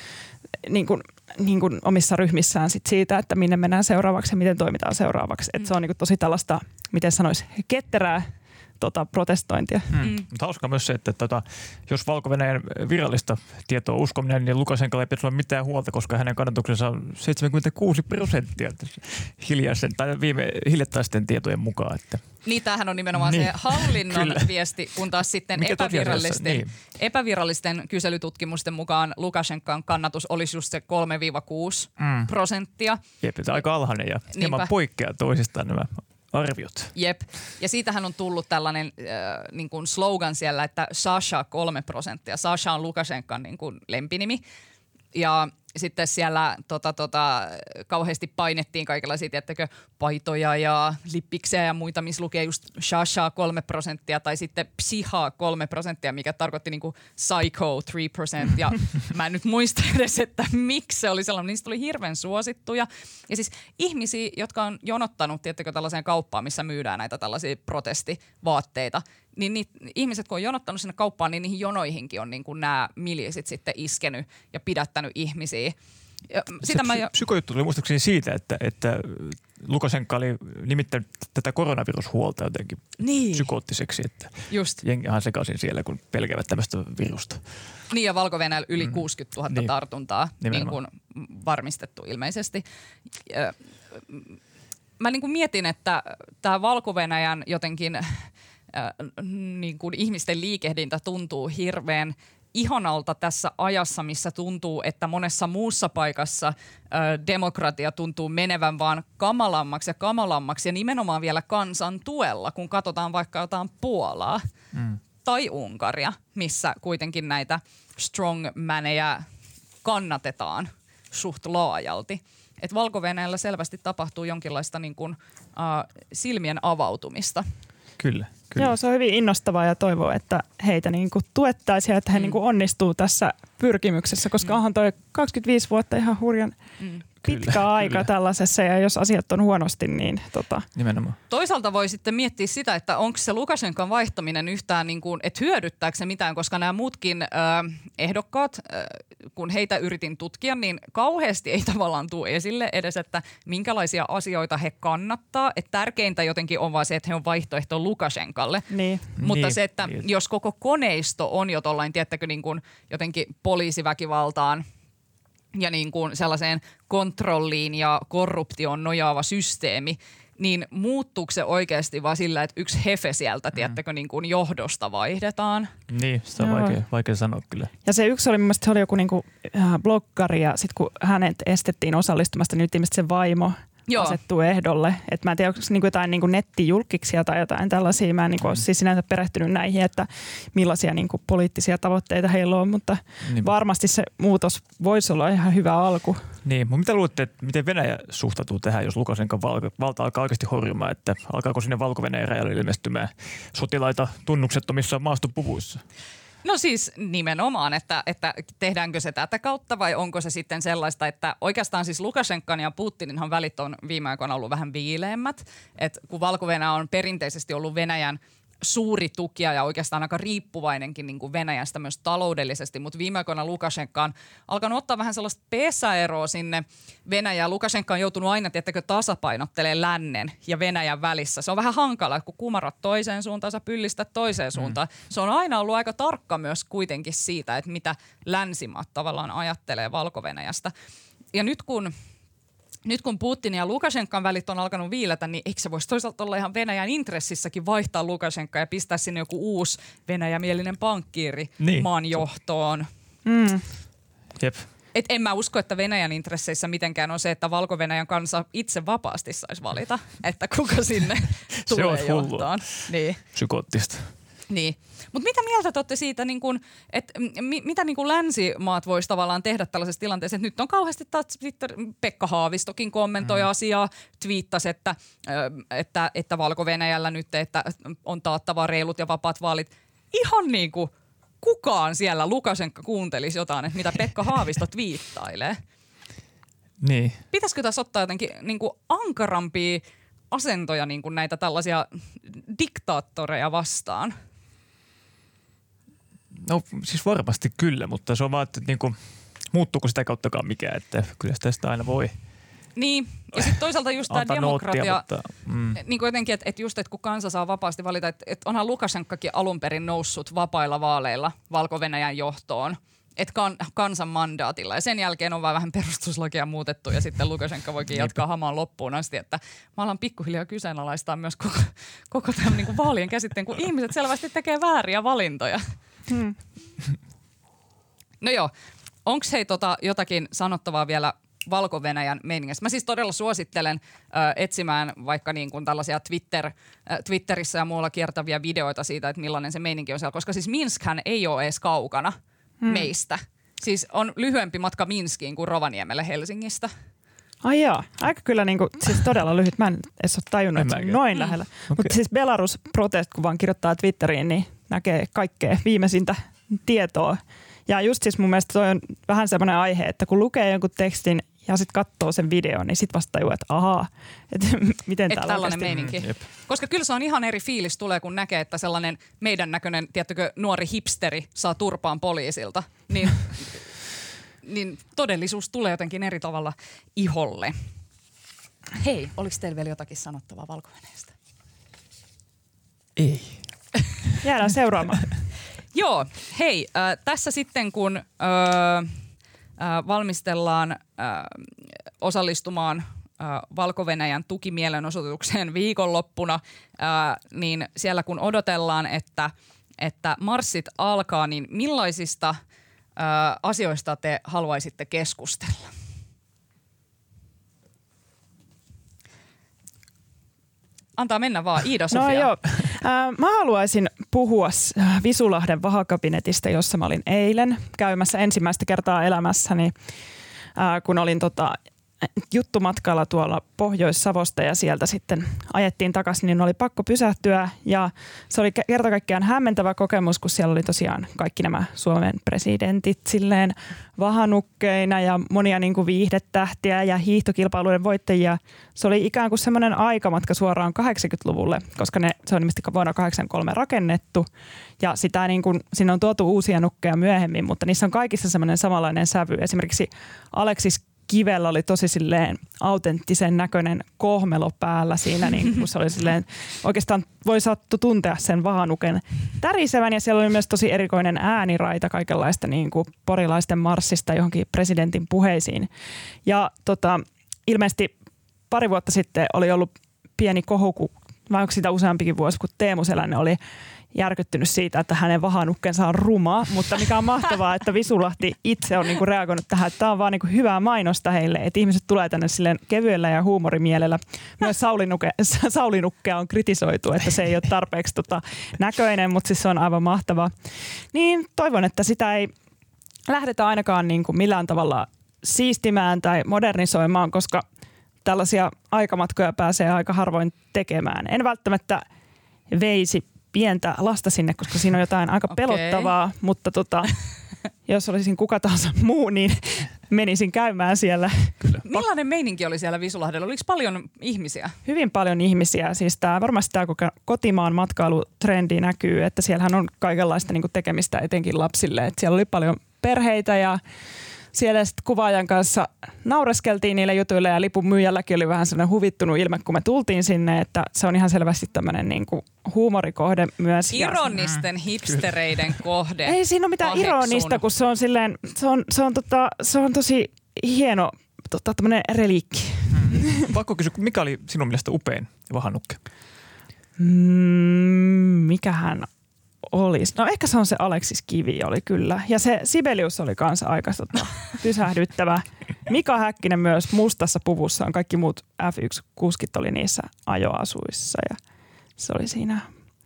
niin kuin, niin kuin omissa ryhmissään sit siitä, että minne mennään seuraavaksi ja miten toimitaan seuraavaksi. Mm. Että se on niin kuin tosi tällaista, miten sanoisi, ketterää tota, protestointia. Mm. Mm. Mutta hauskaa myös se, että tota, jos Valko-Venäjän virallista tietoa uskominen, niin Lukašenka ei pitäisi olla mitään huolta, koska hänen kannatuksensa on seitsemänkymmentäkuusi prosenttia hiljaisen tai viime hiljattaisten tietojen mukaan. Että. Niin, tämähän on nimenomaan niin. se hallinnon Kyllä. viesti, kun taas sitten epävirallisten, niin. epävirallisten kyselytutkimusten mukaan Lukašenkan kannatus olisi just se kolme kuusi mm. prosenttia. Jep, tämä aika alhainen ja hieman poikkeaa toisistaan nämä arviot. Jep. Ja siitähän on tullut tällainen äh, niin kuin slogan siellä, että Sasha kolme prosenttia. Sasha on Lukašenkan niin kuin lempinimi. Ja sitten siellä tota, tota, kauheasti painettiin kaikenlaisia, tiettäkö, paitoja ja lippiksejä ja muita, missä lukee just Sasha kolme prosenttia tai sitten Psiha kolme prosenttia, mikä tarkoitti niinku Psycho kolme prosenttia. Mä en nyt muista edes, että miksi se oli sellainen. Niistä tuli hirveän suosittuja. Ja siis ihmisiä, jotka on jonottanut, tiettäkö, tällaiseen kauppaan, missä myydään näitä tällaisia protestivaatteita, niin niitä, ihmiset, kun on jonottanut sinne kauppaan, niin niihin jonoihinkin on niin kuin nämä miliisit sitten iskenyt ja pidättänyt ihmisiä. Ja sitä se mä psy- jo... psykojuttu tuli muistaakseni siitä, että, että Lukašenka oli nimittänyt tätä koronavirushuolta jotenkin niin. psykoottiseksi, että Just. jengi on sekaisin siellä, kun pelkäävät tämmöistä virusta. Niin ja Valko-Venäjällä yli mm. kuusikymmentätuhatta niin. tartuntaa niin kuin varmistettu ilmeisesti. Mä niin kuin mietin, että tämä Valko-Venäjän jotenkin... niin kuin ihmisten liikehdintä tuntuu hirveän ihanalta tässä ajassa, missä tuntuu, että monessa muussa paikassa ö, demokratia tuntuu menevän vaan kamalammaksi ja kamalammaksi ja nimenomaan vielä kansan tuella, kun katsotaan vaikka jotain Puolaa mm. tai Unkaria, missä kuitenkin näitä strongmaneja kannatetaan suht laajalti. Et Valko-Venäjällä selvästi tapahtuu jonkinlaista niin kuin, äh, silmien avautumista. Kyllä, kyllä. Joo, se on hyvin innostavaa ja toivoo, että heitä niin kuin tuettaisiin ja että he mm. niin kuin onnistuu tässä pyrkimyksessä, koska mm. onhan toi kaksikymmentäviisi vuotta ihan hurjan mm. pitkä Kyllä, aika kyllä. tällaisessa ja jos asiat on huonosti, niin tota. Nimenomaan. Toisaalta voi sitten miettiä sitä, että onko se Lukašenkan vaihtaminen yhtään, niin kuin, että hyödyttääkö se mitään, koska nämä muutkin äh, ehdokkaat, äh, kun heitä yritin tutkia, niin kauheasti ei tavallaan tule esille edes, että minkälaisia asioita he kannattaa. Että tärkeintä jotenkin on vaan se, että he on vaihtoehto Lukašenkalle. Niin. Mutta niin, se, että niin. jos koko koneisto on jo tollain, tiettäkö, niin kuin jotenkin poliisiväkivaltaan ja niin kuin sellaiseen kontrolliin ja korruptioon nojaava systeemi, niin muuttuuko se oikeasti vaan sillä, että yksi hefe sieltä, tiedättekö, niin kuin johdosta vaihdetaan? Niin, sitä on Joo. vaikea, vaikea sanoa kyllä. Ja se yksi oli mun mielestä, se oli joku niinku, äh, bloggari ja sitten kun hänet estettiin osallistumasta, niin nyt ilmeisesti se vaimo Joo. asettuu ehdolle. Et mä en tiedä, onko se niinku jotain niinku nettijulkkiksia tai jotain tällaisia. Mä en niinku ole siis sinänsä perehtynyt näihin, että millaisia niinku poliittisia tavoitteita heillä on, mutta Niin. varmasti se muutos voisi olla ihan hyvä alku. Niin, mutta mitä luulette, että miten Venäjä suhtautuu tähän, jos Lukašenkan val- valta alkaa oikeasti horjumaan, että alkaako sinne Valko-Venäjän rajalle ilmestymään sotilaita tunnuksettomissa maastopuvuissa? No siis nimenomaan, että, että tehdäänkö se tätä kautta vai onko se sitten sellaista, että oikeastaan siis Lukašenkan ja Putininhan välit on viime aikoina ollut vähän viileämmät. Että kun Valko-Venäjä on perinteisesti ollut Venäjän suuri tukija ja oikeastaan aika riippuvainenkin niin kuin Venäjästä myös taloudellisesti, mutta viime aikoina Lukašenka on alkanut ottaa vähän sellaista pesäeroa sinne Venäjään. Lukašenka on joutunut aina, tiettäkö, tasapainottelemaan lännen ja Venäjän välissä. Se on vähän hankala, kun kumarat toiseen suuntaan, sä pyllistät toiseen suuntaan. Mm. Se on aina ollut aika tarkka myös kuitenkin siitä, että mitä länsimaat tavallaan ajattelee Valko-Venäjästä. Ja nyt kun Nyt kun Putin ja Lukašenkan välit on alkanut viiletä, niin eikö se voisi toisaalta olla ihan Venäjän intressissäkin vaihtaa Lukašenkaa ja pistää sinne joku uusi venäjämielinen pankkiiri Niin. maan johtoon? Mm. Jep. Et en mä usko, että Venäjän intresseissä mitenkään on se, että Valko-Venäjän kansa itse vapaasti saisi valita, että kuka sinne tulee olisi hullua. johtoon. Niin. Psykoottista. Niin. Mutta mitä mieltä te olette siitä, niin kun, että mi, mitä niin kun länsimaat voisi tavallaan tehdä tällaisessa tilanteessa? Et nyt on kauheasti taas Pekka Haavistokin kommentoi mm. asiaa, twiittasi, että, että, että Valko-Venäjällä nyt että on taattava reilut ja vapaat vaalit. Ihan niin kuin kukaan siellä Lukašenka kuuntelisi jotain, että mitä Pekka Haavisto twiittailee. Niin. Pitäisikö tässä ottaa jotenkin niin kuin ankarampia asentoja niin kuin näitä tällaisia diktaattoreja vastaan? No siis varmasti kyllä, mutta se on vaan, että niinku, muuttuuko sitä kauttakaan mikään, että kyllä sitä aina voi Niin, ja sitten toisaalta just tämä demokratia, noottia, mutta, mm. niin kuin jotenkin, että et just, että kun kansa saa vapaasti valita, että et onhan Lukašenkakin alun perin noussut vapailla vaaleilla Valko-Venäjän johtoon, että kan, kansan mandaatilla. Ja sen jälkeen on vaan vähän perustuslakia muutettu ja sitten Lukašenka voikin jatkaa hamaan loppuun asti, että mä alan pikkuhiljaa kyseenalaistaa myös koko, koko tämän niin kuin vaalien käsitteen, kun ihmiset selvästi tekee vääriä valintoja. Hmm. No joo, onko hei tota jotakin sanottavaa vielä Valko-Venäjän meiningistä? Mä siis todella suosittelen ö, etsimään vaikka niin kuin tällaisia Twitter, ö, Twitterissä ja muualla kiertäviä videoita siitä, että millainen se meininki on siellä, koska siis Minskhän ei ole edes kaukana hmm. meistä. Siis on lyhyempi matka Minskiin kuin Rovaniemelle Helsingistä. Ai jaa, aika kyllä niinku, siis todella lyhyt. Mä en edes ole tajunnut, että se on noin mm. lähellä. Okay. Mutta siis Belarus Protest, kun vaan kirjoittaa Twitteriin, niin näkee kaikkea viimeisintä tietoa. Ja just siis mun mielestä toi on vähän semmoinen aihe, että kun lukee jonkun tekstin ja sitten katsoo sen videon, niin sitten vasta tajuu, että ahaa, että miten että tällainen meininki. Mm, koska kyllä se on ihan eri fiilis tulee, kun näkee, että sellainen meidän näköinen, tiedättekö, nuori hipsteri saa turpaan poliisilta. Niin, niin todellisuus tulee jotenkin eri tavalla iholle. Hei, oliko teillä vielä jotakin sanottavaa Valko-Venäjästä? Ei. Jäädään seuraamaan. Joo, hei, äh, tässä sitten kun äh, äh, valmistellaan äh, osallistumaan äh, Valko-Venäjän tukimielenosoitukseen viikonloppuna, äh, niin siellä kun odotellaan, että, että marssit alkaa, niin millaisista äh, asioista te haluaisitte keskustella? Antaa mennä vaan. Iida-Sofia. No joo. Äh, mä haluaisin puhua Visulahden vahakabinetista, jossa mä olin eilen käymässä ensimmäistä kertaa elämässäni, äh, kun olin tota, juttumatkalla tuolla Pohjois-Savosta ja sieltä sitten ajettiin takaisin, niin oli pakko pysähtyä. Ja se oli kerta kaikkiaan hämmentävä kokemus, kun siellä oli tosiaan kaikki nämä Suomen presidentit silleen vahanukkeina ja monia niin kuin viihdetähtiä ja hiihtokilpailujen voittajia. Se oli ikään kuin semmoinen aikamatka suoraan kahdeksankymmentäluvulle, koska ne, se on ilmeisesti vuonna kahdeksankymmentäkolme rakennettu. Ja sitä niin kuin, siinä on tuotu uusia nukkeja myöhemmin, mutta niissä on kaikissa semmoinen samanlainen sävy. Esimerkiksi Aleksis Kivellä oli tosi silleen autenttisen näköinen kohmelo päällä siinä, niin kun se oli silleen, oikeastaan voi saattu tuntea sen vahanuken tärisevän ja siellä oli myös tosi erikoinen ääniraita kaikenlaista niin kuin porilaisten marssista johonkin presidentin puheisiin. Ja tota, ilmeisesti pari vuotta sitten oli ollut pieni kohu, kun, vai onko sitä useampikin vuosi, kun Teemu Selänne oli järkyttynyt siitä, että hänen vahanukkensa on ruma, mutta mikä on mahtavaa, että Visulahti itse on niinku reagoinut tähän, että tämä on vaan niinku hyvää mainosta heille, että ihmiset tulee tänne silleen kevyellä ja huumorimielellä. Myös Saulinuke, Saulinukkea on kritisoitu, että se ei ole tarpeeksi tota näköinen, mutta siis se on aivan mahtavaa. Niin toivon, että sitä ei lähdetä ainakaan niinku millään tavalla siistimään tai modernisoimaan, koska tällaisia aikamatkoja pääsee aika harvoin tekemään. En välttämättä veisi pientä lasta sinne, koska siinä on jotain aika okay. pelottavaa, mutta tota, jos olisin kuka tahansa muu, niin menisin käymään siellä. Kyllä. Millainen meininki oli siellä Visulahdella? Oliko paljon ihmisiä? Hyvin paljon ihmisiä. Siis tää, varmasti tämä kotimaan matkailutrendi näkyy, että siellähän on kaikenlaista niinku tekemistä etenkin lapsille. Et siellä oli paljon perheitä ja siellä sitten kuvaajan kanssa naureskeltiin niille jutuille ja lipun myyjälläkin oli vähän sellainen huvittunut ilme, kun me tultiin sinne, että se on ihan selvästi tämmöinen niinku huumorikohde myös. Ironisten hipstereiden kohde. Ei siinä ole mitään Paheksun. ironista, kun se on silleen, se on, se on, tota, se on tosi hieno tota, tämmöinen reliikki. Hmm. Pakko kysyä, mikä oli sinun mielestä upein vahanukke? Mm, mikähän olisi. No ehkä se on se Aleksis Kivi oli kyllä. Ja se Sibelius oli kanssa aika tota, pysähdyttävä. Mika Häkkinen myös mustassa puvussaan. Kaikki muut F yksi -kuskit oli niissä ajoasuissa ja se oli siinä.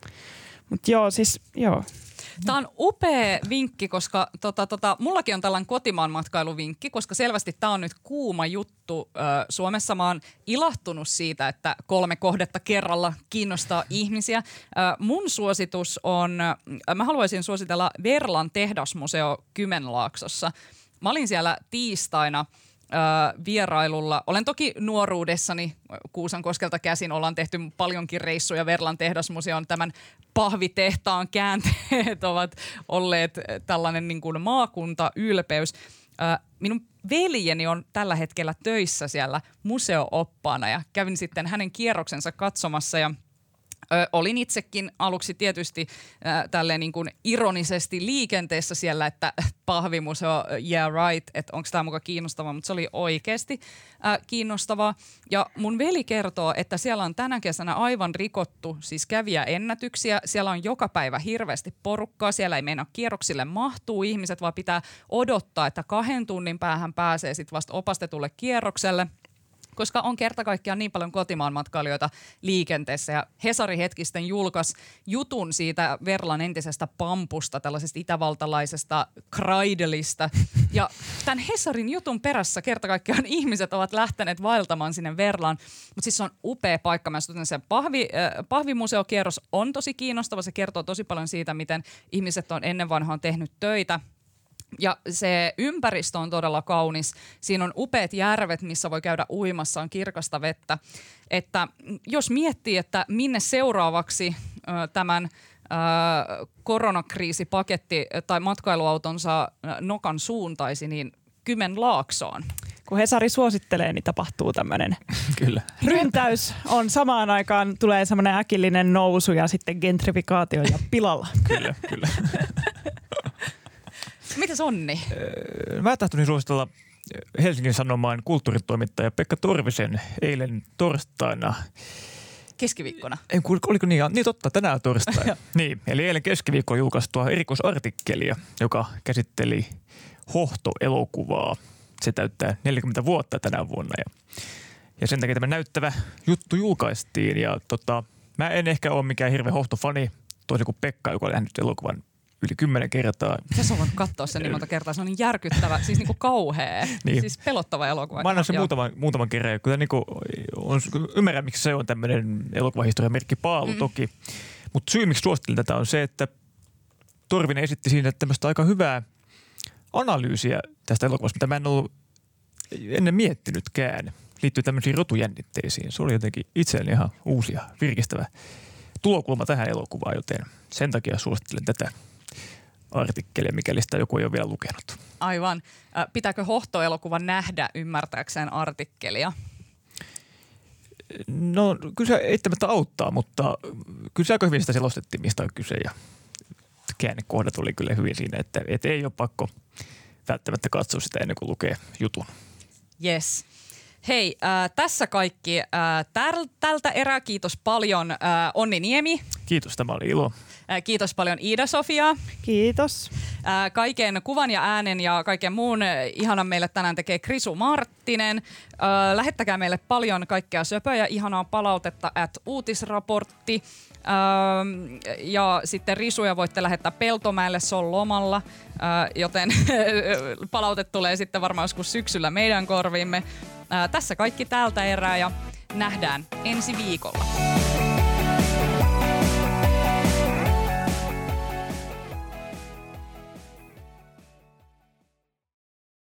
Mutta joo, siis joo. Tämä on upea vinkki, koska tota, tota, mullakin on tällainen kotimaan matkailuvinkki, koska selvästi tämä on nyt kuuma juttu ö, Suomessa. Mä oon ilahtunut siitä, että kolme kohdetta kerralla kiinnostaa ihmisiä. Ö, mun suositus on, ö, mä haluaisin suositella Verlan tehdasmuseo Kymenlaaksossa. Mä olin siellä tiistaina Öö, vierailulla. Olen toki nuoruudessani Kuusankoskelta käsin, ollaan tehty paljonkin reissuja Verlan tehdasmuseon. Tämän pahvitehtaan käänteet ovat olleet tällainen niin kuin maakuntaylpeys. Öö, minun veljeni on tällä hetkellä töissä siellä museo-oppaana ja kävin sitten hänen kierroksensa katsomassa ja Ö, olin itsekin aluksi tietysti äh, tälleen niin kuin ironisesti liikenteessä siellä, että pahvimuseo, yeah right, että onko tämä muka kiinnostavaa, mutta se oli oikeasti äh, kiinnostavaa. Ja mun veli kertoo, että siellä on tänä kesänä aivan rikottu siis kävijäennätyksiä. Siellä on joka päivä hirveästi porukkaa, siellä ei meinaa kierroksille mahtuu ihmiset, vaan pitää odottaa, että kahden tunnin päähän pääsee sitten vasta opastetulle kierrokselle. Koska on kerta kaikkiaan niin paljon kotimaan matkailijoita liikenteessä. Ja Hesari hetkisten julkaisi jutun siitä Verlan entisestä pampusta, tällaisesta itävaltalaisesta Kreidelistä. Ja tämän Hesarin jutun perässä kerta kaikkiaan ihmiset ovat lähteneet vaeltamaan sinne Verlaan. Mutta siis se on upea paikka. Mä se pahvi, äh, pahvimuseokierros on tosi kiinnostava. Se kertoo tosi paljon siitä, miten ihmiset on ennen vanhaan tehnyt töitä. Ja se ympäristö on todella kaunis. Siinä on upeat järvet, missä voi käydä uimassa, on kirkasta vettä. Että jos miettii, että minne seuraavaksi ö, tämän ö, koronakriisipaketti tai matkailuautonsa nokan suuntaisi, niin Kymenlaaksoon. Kun Hesari suosittelee, niin tapahtuu tämmöinen Kyllä. ryntäys. On samaan aikaan tulee semmoinen äkillinen nousu ja sitten gentrifikaatio ja pilalla. Kyllä, kyllä. Mitäs Onni? Mä tahtoisin suositella Helsingin Sanomaan kulttuuritoimittaja Pekka Torvisen eilen torstaina. Keskiviikkona. Ei, oliko niin? Niin totta, tänään torstaina. Niin, eli eilen keskiviikkoa julkaistua erikoisartikkelia, joka käsitteli Hohto-elokuvaa. Se täyttää neljäkymmentä vuotta tänä vuonna ja, ja sen takia tämä näyttävä juttu julkaistiin. Ja tota, mä en ehkä ole mikään hirveä Hohto-fani, toisin kuin Pekka, joka oli nähnyt elokuvan yli kymmenen kertaa. Sä sä voinut katsoa sen niin monta kertaa, se on niin järkyttävä, siis niinku kauhea, niin. Siis pelottava elokuva. Mä annan sen muutaman, muutaman kerran, kun niinku on, ymmärrän miksi se on tämmöinen elokuvahistorian merkki paalu mm. toki, mutta syy miksi suosittelin tätä on se, että Torvinen esitti siinä tämmöistä aika hyvää analyysiä tästä elokuvasta, mitä mä en ollut ennen miettinytkään. Liittyy tämmöisiin rotujännitteisiin. Se oli jotenkin itselleni ihan uusi ja virkistävä tulokulma tähän elokuvaan, joten sen takia suosittelen tätä artikkelia, mikäli sitä joku ei ole vielä lukenut. Aivan. Pitääkö Hohto-elokuvan nähdä ymmärtääkseen artikkelia? No kyllä se eittämättä auttaa, mutta kyllä se aika hyvin sitä selostettiin, mistä on kyse ja käännekohdat oli kyllä hyvin siinä, että, että ei ole pakko välttämättä katsoa sitä ennen kuin lukee jutun. Yes. Hei, äh, tässä kaikki äh, täl, tältä erää. Kiitos paljon äh, Onni Niemi. Kiitos, tämä oli ilo. Äh, kiitos paljon Iida-Sofia. Kiitos. Äh, kaiken kuvan ja äänen ja kaiken muun äh, ihanan meille tänään tekee Krisu Marttinen. Äh, lähettäkää meille paljon kaikkea söpöä ja ihanaa palautetta at uutisraportti. Ähm, ja sitten risuja voitte lähettää Peltomäelle, se on lomalla, äh, joten palaute tulee sitten varmaan joskus syksyllä meidän korviimme. Äh, tässä kaikki tältä erää ja nähdään ensi viikolla.